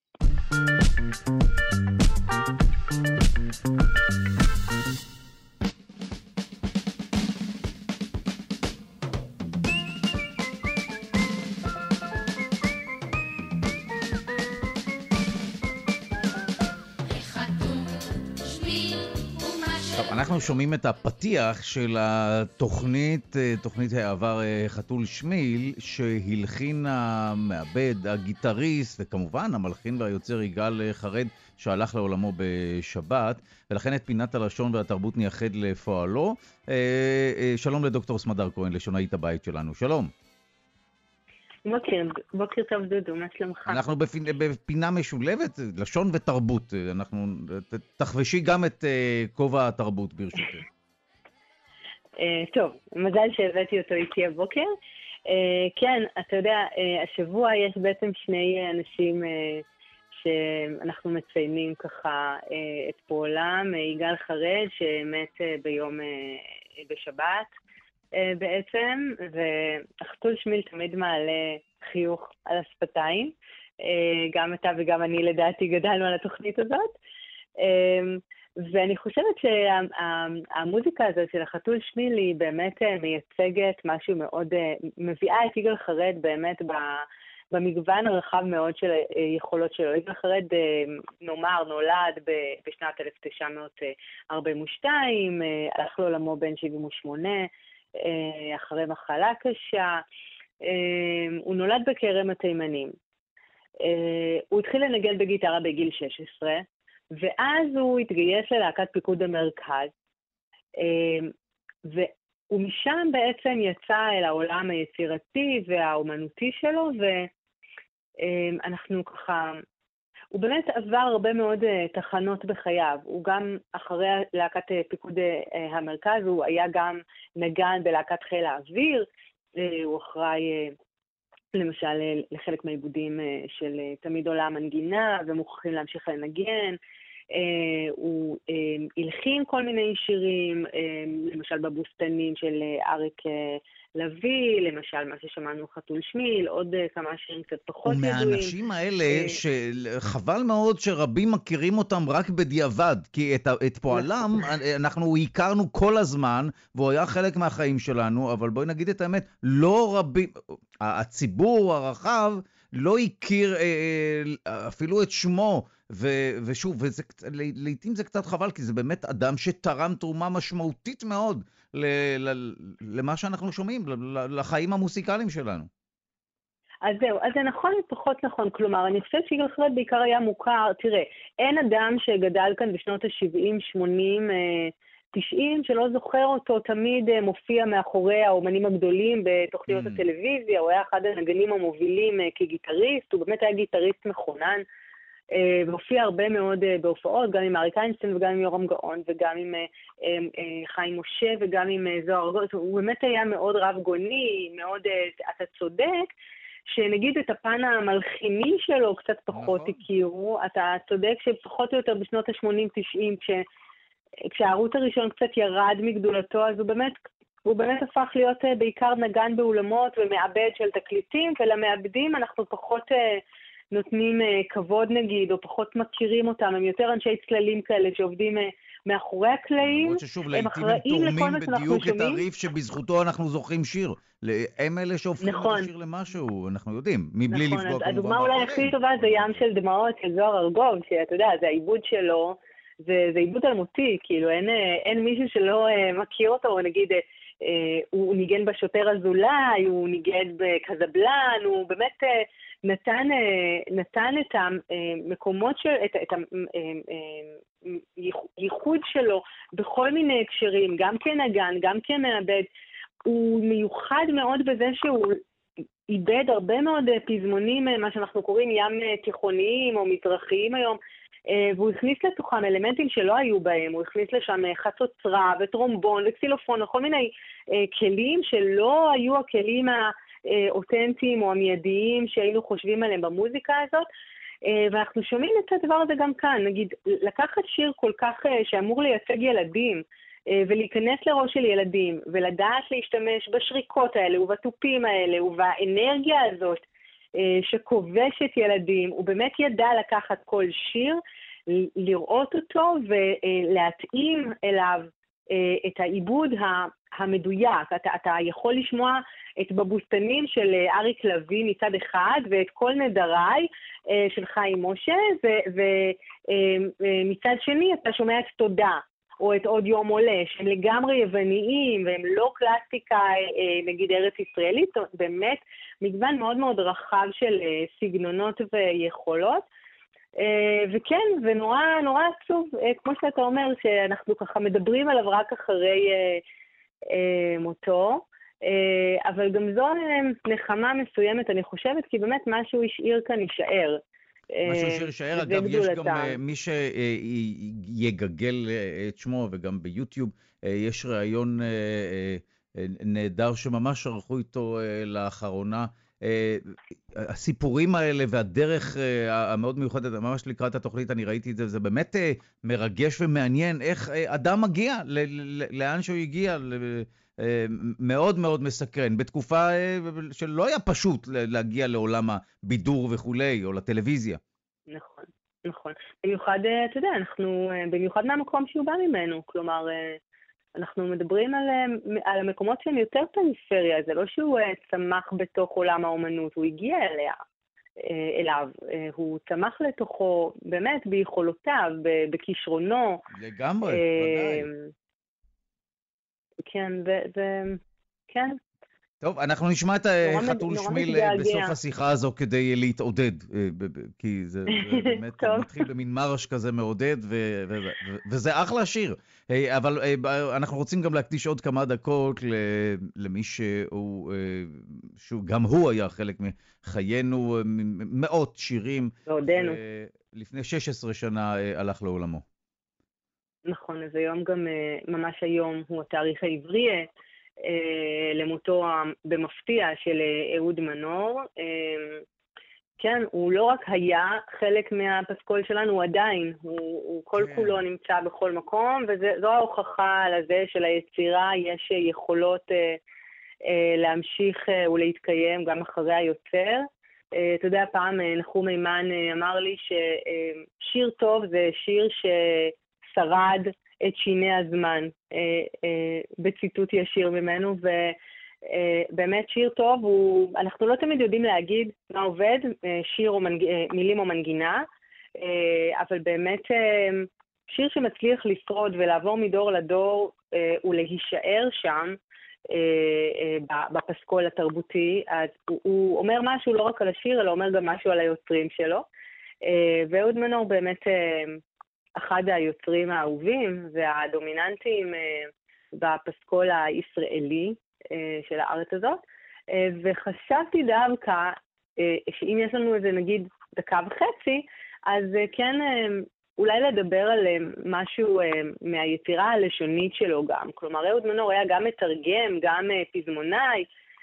Speaker 1: אנחנו שומעים את הפתיח של התוכנית, תוכנית העבר חתול שמיל, שהלחין המעבד, הגיטריסט וכמובן המלחין והיוצר יגאל חרד שהלך לעולמו בשבת, ולכן את פינת הלשון והתרבות נייחד לפועלו. שלום לדוקטור סמדר כהן, לשונאית הבית שלנו. שלום.
Speaker 9: בוקר טוב דודו, מה שלומך?
Speaker 1: אנחנו בפינה משולבת, לשון ותרבות. אנחנו תחבשי גם את כובע התרבות ברשותך.
Speaker 9: טוב, מזל שהבאתי אותו איתי הבוקר. כן, אתה יודע, השבוע יש בעצם שני אנשים שאנחנו מציינים ככה את פועלם. יגאל חרד שמת ביום בשבת, בעצם, והחתול שמיל תמיד מעלה חיוך על השפתיים. גם אתה וגם אני לדעתי גדלנו על התוכנית הזאת. ואני חושבת שהמוזיקה הזאת של החתול שמיל היא באמת מייצגת משהו מאוד, מביאה את יגאל חרד באמת במגוון הרחב מאוד של יכולות שלו. יגאל חרד, נאמר, נולד בשנת 1942, הלך לעולמו בן 78, אחרי מחלה קשה. הוא נולד בכרם התימנים. הוא התחיל לנגן בגיטרה בגיל 16, ואז הוא התגייס ללהקת פיקוד המרכז, ומשם בעצם יצא אל העולם היצירתי והאומנותי שלו, ואנחנו ככה, הוא באמת עבר הרבה מאוד תחנות בחייו. הוא גם אחרי להקת פיקוד המרכז, הוא היה גם נגן בלהקת חיל האוויר, הוא אחראי למשל לחלק מהעיבודים של תמיד עולה המנגינה, ומוכרחים להמשיך לנגן. הוא הלחין כל מיני שירים, למשל בבוסתנים של אריק לוי, למשל מה ששמענו חתול שמיל, עוד כמה שירים קצת פחות ידועים.
Speaker 1: ומהאנשים האלה שחבל מאוד שרבים מכירים אותם רק בדיעבד, כי את פועלם אנחנו הכרנו כל הזמן, והוא היה חלק מהחיים שלנו, אבל בואי נגיד את האמת, לא רבים, הציבור הרחב לא הכיר אפילו את שמו, ושוב, לעתים זה קצת חבל, כי זה באמת אדם שתרם תרומה משמעותית מאוד למה שאנחנו שומעים, לחיים המוסיקליים שלנו.
Speaker 9: אז זהו, אז זה נכון ופחות נכון. כלומר, אני חושבת שיגאל חרד בעיקר היה מוכר. תראה, אין אדם שגדל כאן בשנות ה-70, 80, 90, שלא זוכר אותו, תמיד מופיע מאחורי האומנים הגדולים בתוכניות הטלוויזיה. הוא היה אחד הנגנים המובילים כגיטריסט, הוא באמת היה גיטריסט מכונן, והופיע הרבה מאוד בהופעות, גם עם אריק איינשטיין וגם עם יורם גאון וגם עם חיים משה וגם עם זוהר גולדשטיין. הוא באמת היה מאוד רב גוני, מאוד, אתה צודק, שנגיד את הפן המלחיני שלו קצת פחות הכירו. אתה צודק שפחות או יותר בשנות ה-80-90, כשהערוץ הראשון קצת ירד מגדולתו, אז הוא באמת הפך להיות בעיקר נגן באולמות ומעבד של תקליטים, ולמעבדים אנחנו פחות נותנים כבוד נגיד, או פחות מכירים אותם, הם יותר אנשי צללים כאלה שעובדים מאחורי הקלעים.
Speaker 1: למרות ששוב, לעתים הם תורמים בדיוק את הריף שבזכותו אנחנו זוכרים שיר. הם אלה שהופכים את השיר למשהו, אנחנו יודעים, מבלי לפגוע כמובן.
Speaker 9: הדוגמה אולי הכי טובה זה ים של דמעות של זוהר ארגוב, שאתה יודע, זה העיבוד שלו, זה עיבוד אלמותי, כאילו אין מישהו שלא מכיר אותו, נגיד, הוא ניגן בשוטר אזולאי, הוא ניגן בקזבלן, הוא באמת נתן את המקומות, את הייחוד שלו בכל מיני הקשרים, גם כנגן, גם כמעבד. הוא מיוחד מאוד בזה שהוא איבד הרבה מאוד פזמונים, מה שאנחנו קוראים ים תיכוניים או מזרחיים היום, והוא הכניס לתוכם אלמנטים שלא היו בהם, הוא הכניס לשם חצוצרה וטרומבון וקסילופון, וכל מיני כלים שלא היו הכלים האותנטיים או המיידיים שהיינו חושבים עליהם במוזיקה הזאת, ואנחנו שומעים את הדבר הזה גם כאן, נגיד, לקחת שיר כל כך שאמור לייצג ילדים, ולהיכנס לראש של ילדים, ולדעת להשתמש בשריקות האלה ובטופים האלה ובאנרגיה הזאת שכובשת ילדים, הוא באמת ידע לקחת כל שיר, לראות אותו ולהתאים אליו את העיבוד המדויק. אתה יכול לשמוע את בבוסתנים של אריק לוי מצד אחד, ואת כל נדריי של חיים משה, ומצד שני אתה שומע את תודה, או את עוד יום עולה, שהם לגמרי יווניים, והם לא קלאסיקה, נגיד ארץ ישראלית, באמת מגוון מאוד מאוד רחב של סגנונות ויכולות, וכן, ונורא עצוב, כמו שאתה אומר, שאנחנו ככה מדברים עליו רק אחרי מותו, אבל גם זו נחמה מסוימת, אני חושבת, כי באמת משהו השאיר כאן יישאר.
Speaker 1: משהו שישאר, אגב, יש גם מי שיגגל את שמו, וגם ביוטיוב יש ראיון נהדר שממש ערכו איתו לאחרונה. הסיפורים האלה והדרך המאוד מיוחדת, ממש לקראת התוכנית אני ראיתי את זה, זה באמת מרגש ומעניין איך אדם מגיע לאן שהוא הגיע, מאוד מאוד מסקרן, בתקופה שלא היה פשוט להגיע לעולם הבידור וכולי, או לטלוויזיה.
Speaker 9: נכון. במיוחד, אתה יודע, במיוחד מהמקום שהוא בא ממנו, כלומר, אנחנו מדברים על המקומות שהם יותר פריפריה, זה לא שהוא צמח בתוך עולם האומנות, הוא הגיע אליו, הוא צמח לתוכו באמת ביכולותיו, בכישרונו.
Speaker 1: לגמרי, ודאי.
Speaker 9: כן.
Speaker 1: טוב, אנחנו נשמע את חתול שמיל בסוף השיחה הזו כדי להתעודד, כי זה באמת מתחיל במין מרש כזה מעודד, וזה אחלה שיר. אבל אנחנו רוצים גם להקדיש עוד כמה דקות למי שגם הוא היה חלק מחיינו, מאות שירים.
Speaker 9: ועודנו.
Speaker 1: לפני 16 שנה הלך לעולמו.
Speaker 9: נכון, אז היום גם, ממש היום הוא התאריך העברי, למותו במפתיע של אהוד מנור. כן, הוא לא רק היה חלק מהפסקול שלנו, הוא עדיין, הוא כל כולו נמצא בכל מקום, וזו ההוכחה לזה שליצירה יש יכולות להמשיך ולהתקיים גם אחרי היוצר. אתה יודע, פעם נחום מימן אמר לי ששיר טוב זה שיר ששרד את שיני הזמן, בציטוט ישיר ממנו, ובאמת שיר טוב, אנחנו לא תמיד יודעים להגיד מה עובד, שיר או מילים או מנגינה, אבל באמת שיר שמצליח לשרוד ולעבור מדור לדור ולהישאר שם, בפסקול התרבותי, אז הוא אומר משהו לא רק על השיר, אלא אומר גם משהו על היוצרים שלו, ואהוד מנור באמת אחד היוצרים האהובים והדומיננטיים בפסקול הישראלי של הארץ הזאת, וחשבתי דווקא שאם יש לנו איזה נגיד דקה וחצי, אז כן אולי לדבר על משהו מהיצירה הלשונית שלו גם. כלומר, אהוד מנור היה גם מתרגם, גם פזמונאי,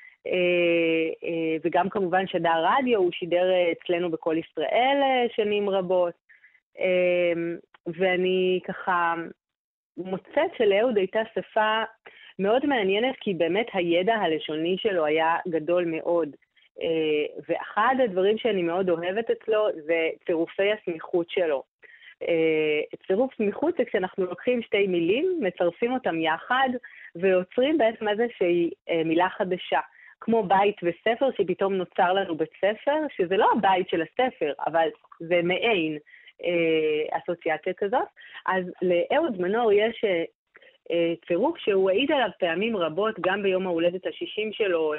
Speaker 9: וגם כמובן שדר רדיו, הוא שידר אצלנו בכל ישראל שנים רבות. ואני ככה מוצאת שלאהוד הייתה שפה מאוד מעניינת, כי באמת הידע הלשוני שלו היה גדול מאוד. ואחד הדברים שאני מאוד אוהבת אצלו זה צירופי הסמיכות שלו. צירוף סמיכות זה כשאנחנו לוקחים שתי מילים, מצרפים אותם יחד, ויוצרים בעצם איזושהי מילה חדשה. כמו בית וספר, שפתאום נוצר לנו בית ספר, שזה לא הבית של הספר, אבל זה מעין אסוציאציה כזאת. אז לאהוד מנור יש צירוף שהוא העיד עליו פעמים רבות, גם ביום ההולדת ה-60 שלו,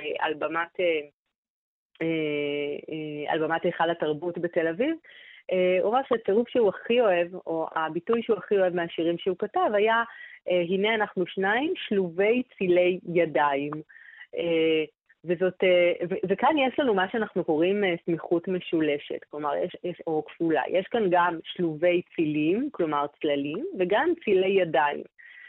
Speaker 9: על במת היכל התרבות בתל אביב. הוא אומר שהצירוף שהוא הכי אוהב, או הביטוי שהוא הכי אוהב מהשירים שהוא כתב, היה, הנה אנחנו שניים, שלובי צילי ידיים. וכאן יש לנו מה שאנחנו קוראים סמיכות משולשת, כלומר, או כפולה. יש כאן גם שלובי צילים, כלומר צללים, וגם צילי ידיים.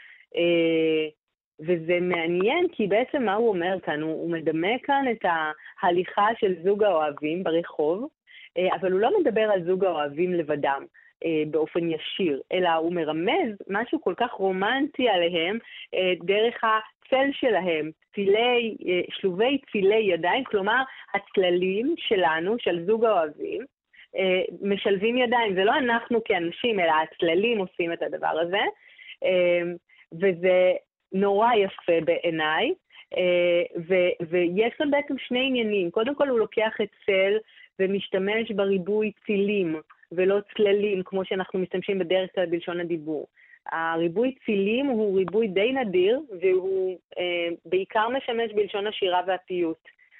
Speaker 9: וזה מעניין, כי בעצם מה הוא אומר כאן? הוא מדמה כאן את ההליכה של זוג האוהבים ברחוב, אבל הוא לא מדבר על זוג האוהבים לבדם באופן ישיר, אלא הוא מרמז משהו כל כך רומנטי עליהם דרך הצל שלהם, שלובי צילי ידיים, כלומר הצללים שלנו, של זוג האוהבים, משלבים ידיים. זה לא אנחנו כאנשים, אלא הצללים עושים את הדבר הזה, וזה נורא יפה בעיניי, ויש כאן בעצם שני עניינים. קודם כל הוא לוקח את צל ומשתמש בריבוי צילים ולא צללים, כמו שאנחנו משתמשים בדרך כלל בלשון הדיבור. הריבוי צילים הוא ריבוי די נדיר, והוא בעיקר משמש בלשון השירה והפיוט.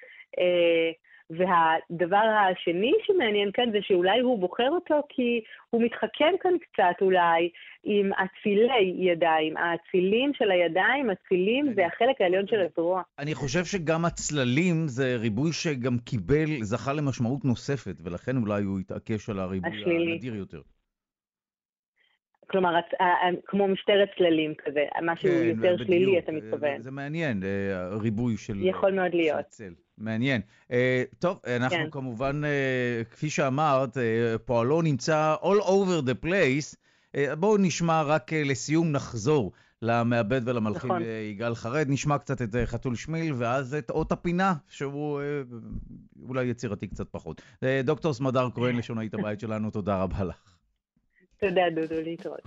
Speaker 9: והדבר השני שמעניין כאן זה שאולי הוא בוחר אותו כי הוא מתחכם כאן קצת אולי עם הצילי ידיים, הצילים של הידיים, הצילים זה החלק העליון של הזרוע.
Speaker 1: אני חושב שגם הצללים זה ריבוי שגם זכה למשמעות נוספת, ולכן אולי הוא יתעקש על הריבוי הנדיר יותר.
Speaker 9: כלומר, כמו משטרת צללים כזה, משהו יותר שלילי, אתה מתכוון.
Speaker 1: זה מעניין, ריבוי של צל.
Speaker 9: יכול מאוד להיות.
Speaker 1: מעניין. טוב, אנחנו כמובן, כפי שאמרת, פועלו נמצא all over the place. בואו נשמע רק לסיום, נחזור למעבד ולמלחין יגאל חרד. נשמע קצת את חתול שמיל, ואז את אות הפינה, שהוא אולי יצירתי קצת פחות. דוקטור סמדר כהן, לשונאית הבית שלנו, תודה רבה לך.
Speaker 9: תודה דודו, להתראות.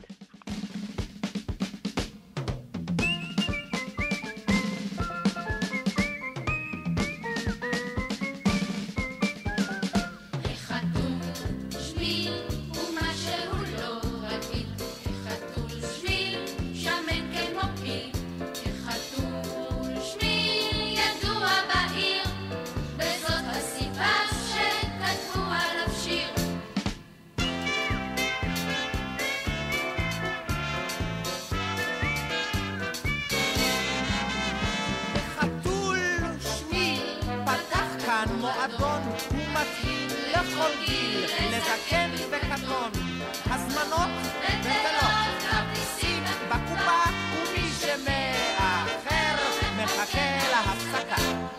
Speaker 10: מועדון הוא מתאים לכל גיל, לזקן וקטון, הזמנות וקלות, כרטיסים בקופה, ומי שמאחר מחכה להפסקה.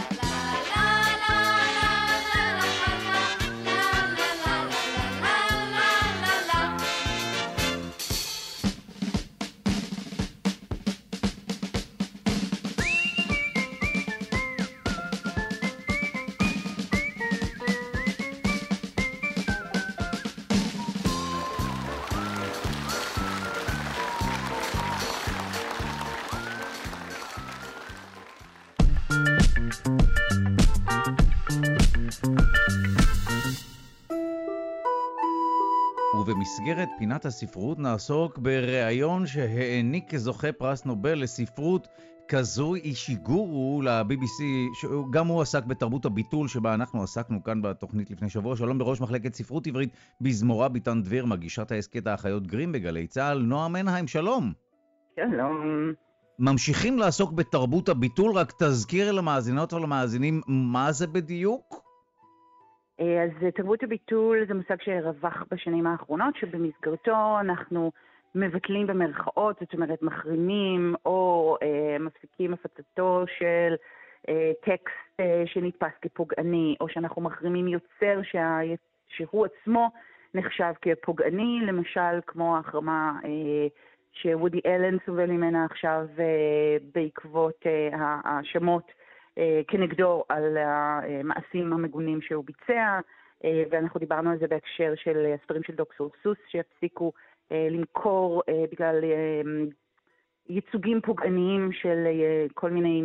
Speaker 1: ובמסגרת פינת הספרות נעסוק בראיון שהעניק זוכה פרס נובל לספרות קזוי אישיגורו ל-BBC, שגם הוא עסק בתרבות הביטול שבה אנחנו עסקנו כאן בתוכנית לפני שבוע. שלום בראש מחלקת ספרות עברית בזמורה ביטן דביר, מגישת ההסכת האחיות גרים בגלי צה"ל, נועה מנהיים, שלום.
Speaker 11: שלום.
Speaker 1: ממשיכים לעסוק בתרבות הביטול, רק תזכיר למאזינות ולמאזינים מה זה בדיוק?
Speaker 11: אז תרבות הביטול זה מושג שרווח בשנים האחרונות, שבמסגרתו אנחנו מבטלים במרכאות, זאת אומרת מחרימים או מפסיקים הפצתו של טקסט שנתפס כפוגעני, או שאנחנו מחרימים יוצר שהוא עצמו נחשב כפוגעני, למשל כמו החרמה שוודי אלן סובל ממנה עכשיו בעקבות האשמות כנגדו על המעשים המגונים שהוא ביצע, ואנחנו דיברנו על זה בהקשר של הספרים של דוקטור סוס שיפסיקו למכור בגלל ייצוגים פוגעניים של כל מיני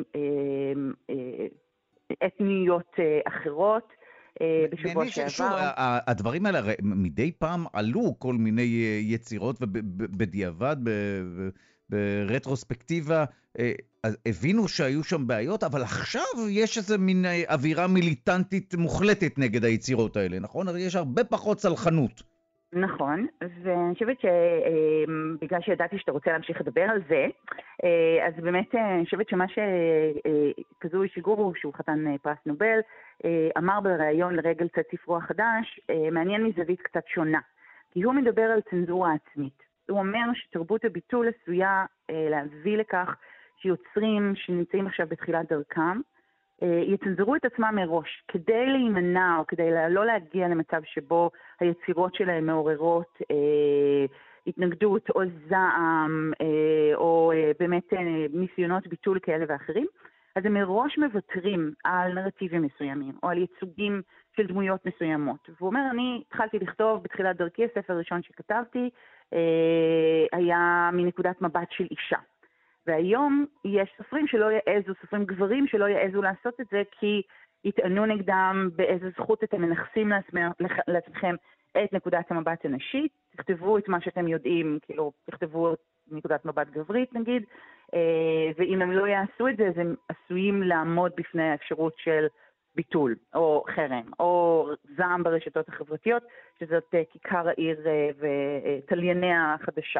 Speaker 11: אתניות אחרות. בשבוע שעבר.
Speaker 1: הדברים האלה מדי פעם עלו כל מיני יצירות, ובדיעבד, ברטרוספקטיבה, הבינו שהיו שם בעיות, אבל עכשיו יש איזו מין אווירה מיליטנטית מוחלטת נגד היצירות האלה, נכון? יש הרבה פחות צלחנות.
Speaker 11: נכון, ואני חושבת שבגלל שידעתי שאתה רוצה להמשיך לדבר על זה, אז באמת אני חושבת שמה שכזו אישיגורו, שהוא חתן פרס נובל, אמר בריאיון לרגל צאת ספרו החדש, מעניין מזווית קצת שונה, כי הוא מדבר על צנזורה עצמית. הוא אומר שתרבות הביטול עשויה להביא לכך שיוצרים שנמצאים עכשיו בתחילת דרכם, יצנזרו את עצמם מראש, כדי להימנע או כדי לא להגיע למצב שבו היצירות שלהם מעוררות התנגדות או זעם או באמת ניסיונות ביטול כאלה ואחרים, אז הם מראש מוותרים על נרטיבים מסוימים או על ייצוגים של דמויות מסוימות. והוא אומר, אני התחלתי לכתוב בתחילת דרכי, הספר הראשון שכתבתי היה מנקודת מבט של אישה. והיום יש סופרים שלא יעזו, סופרים גברים שלא יעזו לעשות את זה, כי יטענו נגדם באיזו זכות אתם מנחסים לעצמכם את נקודת המבט הנשית, תכתבו את מה שאתם יודעים, כאילו תכתבו את נקודת מבט גברית נגיד, ואם הם לא יעשו את זה, אז הם עשויים לעמוד בפני האפשרות של ביטול, או חרם, או זעם ברשתות החברתיות, שזאת כיכר העיר ותלייניה החדשה.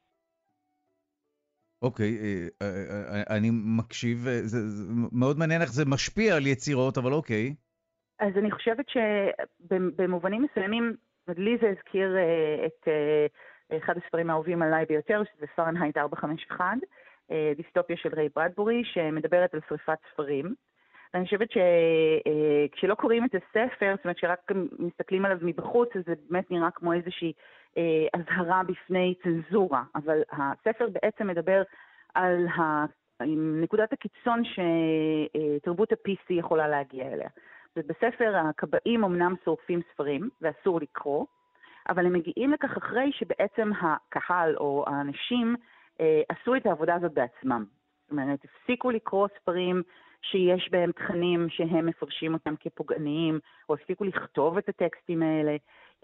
Speaker 1: אוקיי, אני מקשיב, זה מאוד מעניין איך זה משפיע על יצירות, אבל אוקיי.
Speaker 11: אז אני חושבת שבמובנים מסוימים, לי זה הזכיר את אחד הספרים האהובים עליי ביותר, שזה פרנהייט 451, דיסטופיה של ריי ברדבורי, שמדברת על שריפת ספרים. ואני חושבת שכשלא קוראים את הספר, זאת אומרת שרק מסתכלים עליו מבחוץ, אז זה באמת נראה כמו איזושהי הזהרה בפני צנזורה, אבל הספר בעצם מדבר על נקודת הקיצון שתרבות ה-PC יכולה להגיע אליה. בספר הכבאים אמנם שורפים ספרים, ואסור לקרוא, אבל הם מגיעים לכך אחרי שבעצם הקהל או האנשים עשו את העבודה הזאת בעצמם. זאת אומרת, הפסיקו לקרוא ספרים שיש בהם תכנים שהם מפרשים אותם כפוגעניים, או הפסיקו לכתוב את הטקסטים האלה,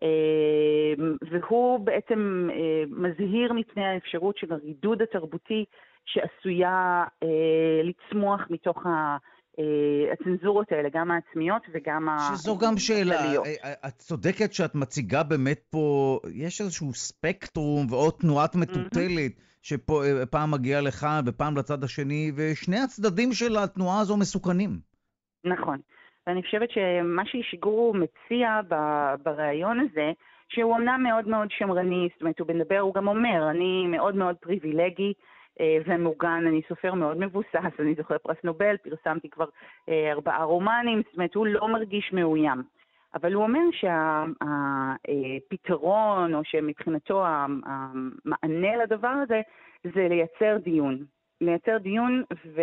Speaker 11: והוא בעצם מזהיר מפני האפשרות של הרידוד התרבותי שעשויה לצמוח מתוך הצנזורות האלה, גם העצמיות וגם
Speaker 1: שזו גם שאלה, את צודקת שאת מציגה באמת פה, יש איזשהו ספקטרום ועוד תנועת מטוטלת, שפעם מגיעה לכאן ופעם לצד השני, ושני הצדדים של התנועה הזו מסוכנים.
Speaker 11: נכון. ואני חושבת שמה שישיגורו מציע ברעיון הזה, שהוא אמנם מאוד מאוד שמרני, זאת אומרת, הוא מדבר, הוא גם אומר, אני מאוד מאוד פריבילגי ומוגן, אני סופר מאוד מבוסס, אני זוכר פרס נובל, פרסמתי כבר 4 רומנים, זאת אומרת, הוא לא מרגיש מאוים. אבל הוא אומר שהפתרון, או שמבחינתו המענה לדבר הזה, זה לייצר דיון. לייצר דיון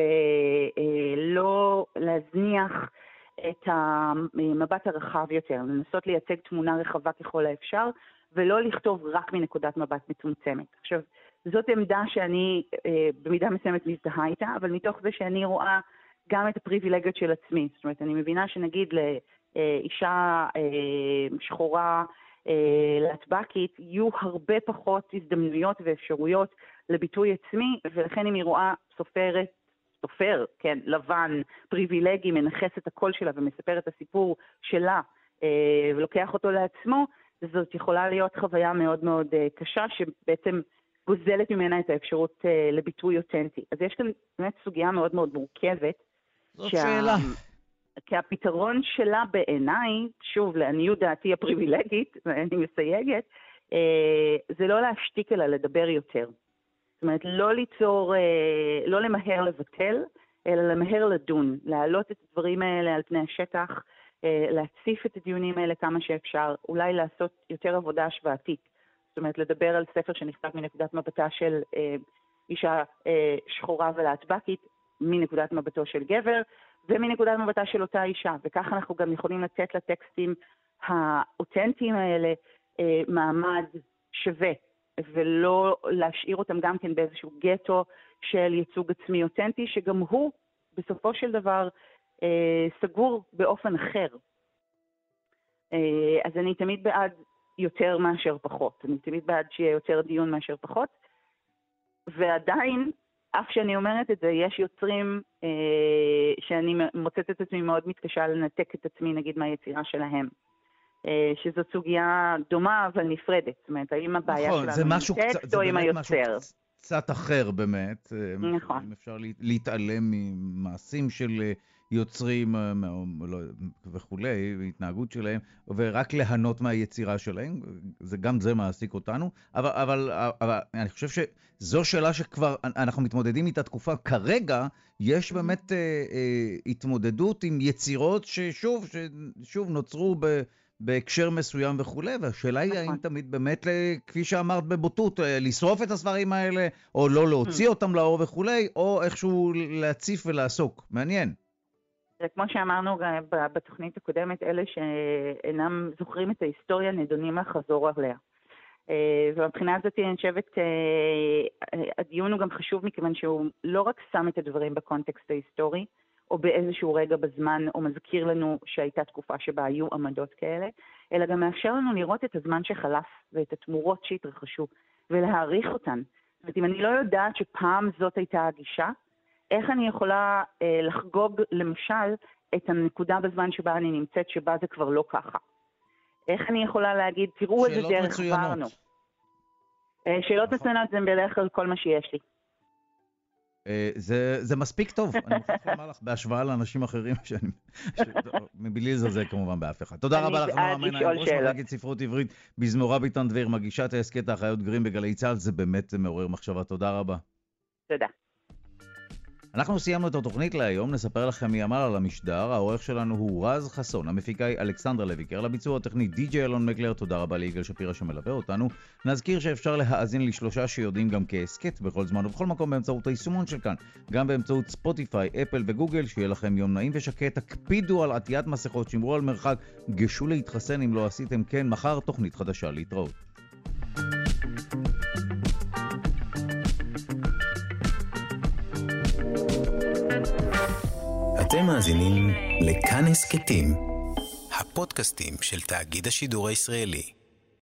Speaker 11: ולא להזניח את המבט הרחב יותר, לנסות לייצג תמונה רחבה ככל האפשר, ולא לכתוב רק מנקודת מבט מצומצמת. עכשיו, זאת עמדה שאני במידה מסוימת מזדהה איתה, אבל מתוך זה שאני רואה גם את הפריבילגיות של עצמי. זאת אומרת, אני מבינה שנגיד לאישה שחורה להטבקית, יהיו הרבה פחות הזדמנויות ואפשרויות לביטוי עצמי, ולכן אם היא רואה סופר, כן, לבן, פריבילגי, מנחס את הקול שלה ומספר את הסיפור שלה, ולוקח אותו לעצמו, זאת יכולה להיות חוויה מאוד מאוד קשה, שבעצם גוזלת ממנה את האפשרות לביטוי אותנטי. אז יש כאן באמת סוגיה מאוד מאוד מורכבת.
Speaker 1: זאת שאלה.
Speaker 11: כי הפתרון שלה בעיניי, שוב, לעניות דעתי הפריבילגית, ואני מסייגת, זה לא להשתיק אלא לדבר יותר. זאת אומרת, לא ליצור, לא למהר לבטל, אלא למהר לדון, להעלות את הדברים האלה על פני השטח, להציף את הדיונים האלה כמה שאפשר, אולי לעשות יותר עבודה השוואתית. זאת אומרת, לדבר על ספר שנכתב מנקודת מבטה של אישה שחורה ולהטבקית, מנקודת מבטו של גבר, ומנקודת מבטה של אותה אישה. וכך אנחנו גם יכולים לתת לטקסטים האותנטיים האלה מעמד שווה, ולא להשאיר אותם גם כן באיזשהו גטו של ייצוג עצמי אותנטי, שגם הוא בסופו של דבר סגור באופן אחר. אז אני תמיד בעד יותר מאשר פחות. אני תמיד בעד שיהיה יותר דיון מאשר פחות. ועדיין, אף שאני אומרת את זה, יש יוצרים שאני מוצאת את עצמי מאוד מתקשה לנתק את עצמי, נגיד, מהיצירה שלהם. שזו סוגיה דומה אבל נפרדת. זאת אומרת, האם הבעיה שלנו עם טקסט או עם היוצר?
Speaker 1: קצת אחר באמת.
Speaker 11: נכון.
Speaker 1: אם אפשר להתעלם ממעשים של יוצרים וכולי, והתנהגות שלהם, ורק ליהנות מהיצירה שלהם, גם זה מעסיק אותנו. אבל אני חושב שזו שאלה שכבר אנחנו מתמודדים איתה תקופה. כרגע יש באמת התמודדות עם יצירות ששוב נוצרו בהקשר מסוים וכולי, והשאלה היא האם תמיד באמת, כפי שאמרת בבוטות, לשרוף את הספרים האלה, או לא להוציא אותם לאור וכולי, או איכשהו להציף ולעסוק. מעניין.
Speaker 11: זה כמו שאמרנו בתוכנית הקודמת, אלה שאינם זוכרים את ההיסטוריה נדונים לחזור עליה. ובבחינה הזאת אני חושבת, הדיון הוא גם חשוב מכיוון שהוא לא רק שם את הדברים בקונטקסט ההיסטורי, או באיזשהו רגע בזמן, או מזכיר לנו שהייתה תקופה שבה היו עמדות כאלה, אלא גם מאפשר לנו לראות את הזמן שחלף, ואת התמורות שהתרחשו, ולהעריך אותן. זאת אומרת, אם אני לא יודעת שפעם זאת הייתה הגישה, איך אני יכולה לחגוג, למשל, את הנקודה בזמן שבה אני נמצאת, שבה זה כבר לא ככה? איך אני יכולה להגיד, תראו איזה דרך עברנו? שאלות מצוינות זה בדרך כלל כל מה שיש לי.
Speaker 1: זה מספיק טוב, אני מוכרח לומר לך, בהשוואה לאנשים אחרים, מבלי לזלזל כמובן באף אחד. תודה רבה לך, נועה מנהיים, ראש מחלקת ספרות עברית בזמורה ביטן דביר, מגישת ההסכת האחיות גרים בגלי צה"ל, זה באמת מעורר מחשבה, תודה רבה.
Speaker 11: תודה.
Speaker 1: אנחנו סיימנו את התוכנית להיום, נספר לכם מי אמר על המשדר, העורך שלנו הוא רז חסון, המפיקה היא אלכסנדרה לויקר, לביצוע הטכני די.ג'יי אלון מקלר, תודה רבה ליגאל שפירא שמלווה אותנו. נזכיר שאפשר להאזין לשלושה שיודעים גם כהסכת בכל זמן ובכל מקום באמצעות היישומון של כאן, גם באמצעות ספוטיפיי, אפל וגוגל, שיהיה לכם יום נעים ושקט, תקפידו על עטיית מסכות, שמרו על מרחק, גשו להתחסן אם לא עשיתם כן, מחר תוכנית חדשה, להתראות.
Speaker 12: אתם מאזינים לכאן הסכתים, הפודקאסטים של תאגיד השידור הישראלי.